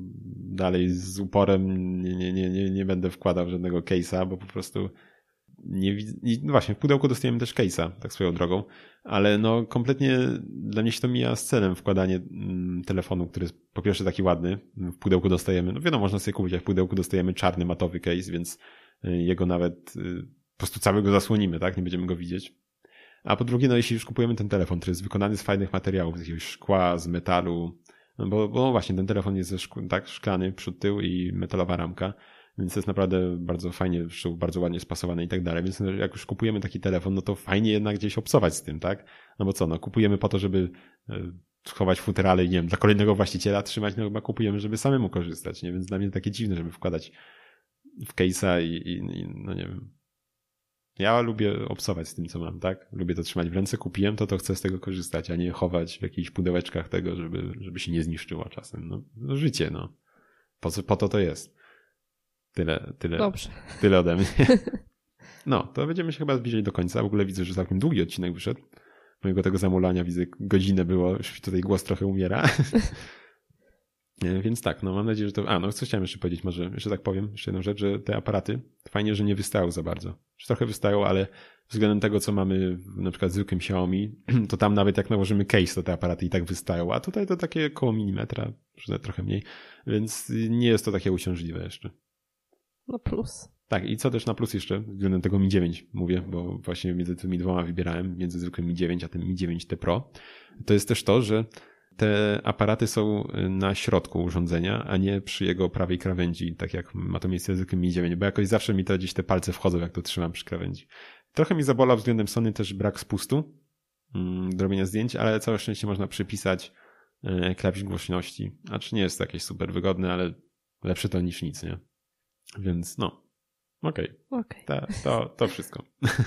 A: dalej z uporem nie, nie, nie, nie, nie będę wkładał żadnego case'a, bo po prostu nie widzę, no właśnie w pudełku dostajemy też case'a, tak swoją drogą, ale no kompletnie dla mnie się to mija z celem wkładanie telefonu, który jest po pierwsze taki ładny, w pudełku dostajemy, no wiadomo, można sobie kupić, a w pudełku dostajemy czarny matowy case, więc jego nawet po prostu całego zasłonimy, tak? Nie będziemy go widzieć. A po drugie, no jeśli już kupujemy ten telefon, który jest wykonany z fajnych materiałów, z jakiegoś szkła, z metalu, no bo, bo właśnie ten telefon jest ze szkł- tak, szklany przód, tył i metalowa ramka, Więc to jest naprawdę bardzo fajnie, bardzo ładnie spasowane i tak dalej. Więc jak już kupujemy taki telefon, no to fajnie jednak gdzieś obcować z tym, tak? No bo co, no kupujemy po to, żeby schować futerale i nie wiem, dla kolejnego właściciela trzymać, no chyba kupujemy, żeby samemu korzystać, nie? Więc dla mnie takie dziwne, żeby wkładać w case'a i, i, i no nie wiem. Ja lubię obcować z tym, co mam, tak? Lubię to trzymać w ręce, kupiłem to, to chcę z tego korzystać, a nie chować w jakichś pudełeczkach tego, żeby, żeby się nie zniszczyło czasem. No, no życie, no. Po, co, po to to jest. Tyle, tyle,
B: Dobrze.
A: Tyle ode mnie. No, to będziemy się chyba zbliżać do końca. W ogóle widzę, że całkiem długi odcinek wyszedł. Mojego tego zamulania widzę, godzinę było, już tutaj głos trochę umiera. Więc tak, no mam nadzieję, że to... A, no co chciałem jeszcze powiedzieć, może jeszcze tak powiem, jeszcze jedną rzecz, że te aparaty fajnie, że nie wystają za bardzo. Że trochę wystają, ale względem tego, co mamy na przykład w zwykłym Xiaomi, to tam nawet jak nałożymy case, to te aparaty i tak wystają, a tutaj to takie koło milimetra, że trochę mniej, więc nie jest to takie uciążliwe jeszcze.
B: No plus.
A: Tak, i co też na plus jeszcze, względem tego Mi dziewięć mówię, bo właśnie między tymi dwoma wybierałem, między zwykłym Mi dziewięć a tym Mi dziewięć T Pro, to jest też to, że te aparaty są na środku urządzenia, a nie przy jego prawej krawędzi, tak jak ma to miejsce w zwykłym Mi dziewięć, bo jakoś zawsze mi to gdzieś te palce wchodzą, jak to trzymam przy krawędzi. Trochę mi zabolał względem Sony też brak spustu do robienia zdjęć, ale całe szczęście można przypisać klawisz głośności, a czy nie jest to jakieś super wygodne, ale lepsze to niż nic, nie? Więc no, okej.
B: Okay. Okay.
A: To, to, to wszystko.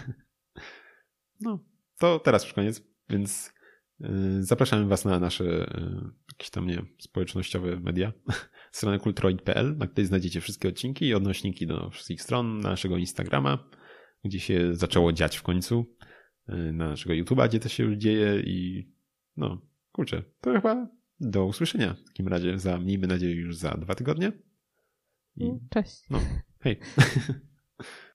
A: No, to teraz już koniec, więc zapraszamy was na nasze jakieś tam, nie wiem, społecznościowe media. Stronę kulturoid kropka p l, na której znajdziecie wszystkie odcinki i odnośniki do wszystkich stron, naszego Instagrama, gdzie się zaczęło dziać w końcu, na naszego YouTube'a, gdzie to się już dzieje i no, kurczę, to chyba do usłyszenia w takim razie za, miejmy nadzieję, już za dwa tygodnie.
B: I... Cześć.
A: No, hej.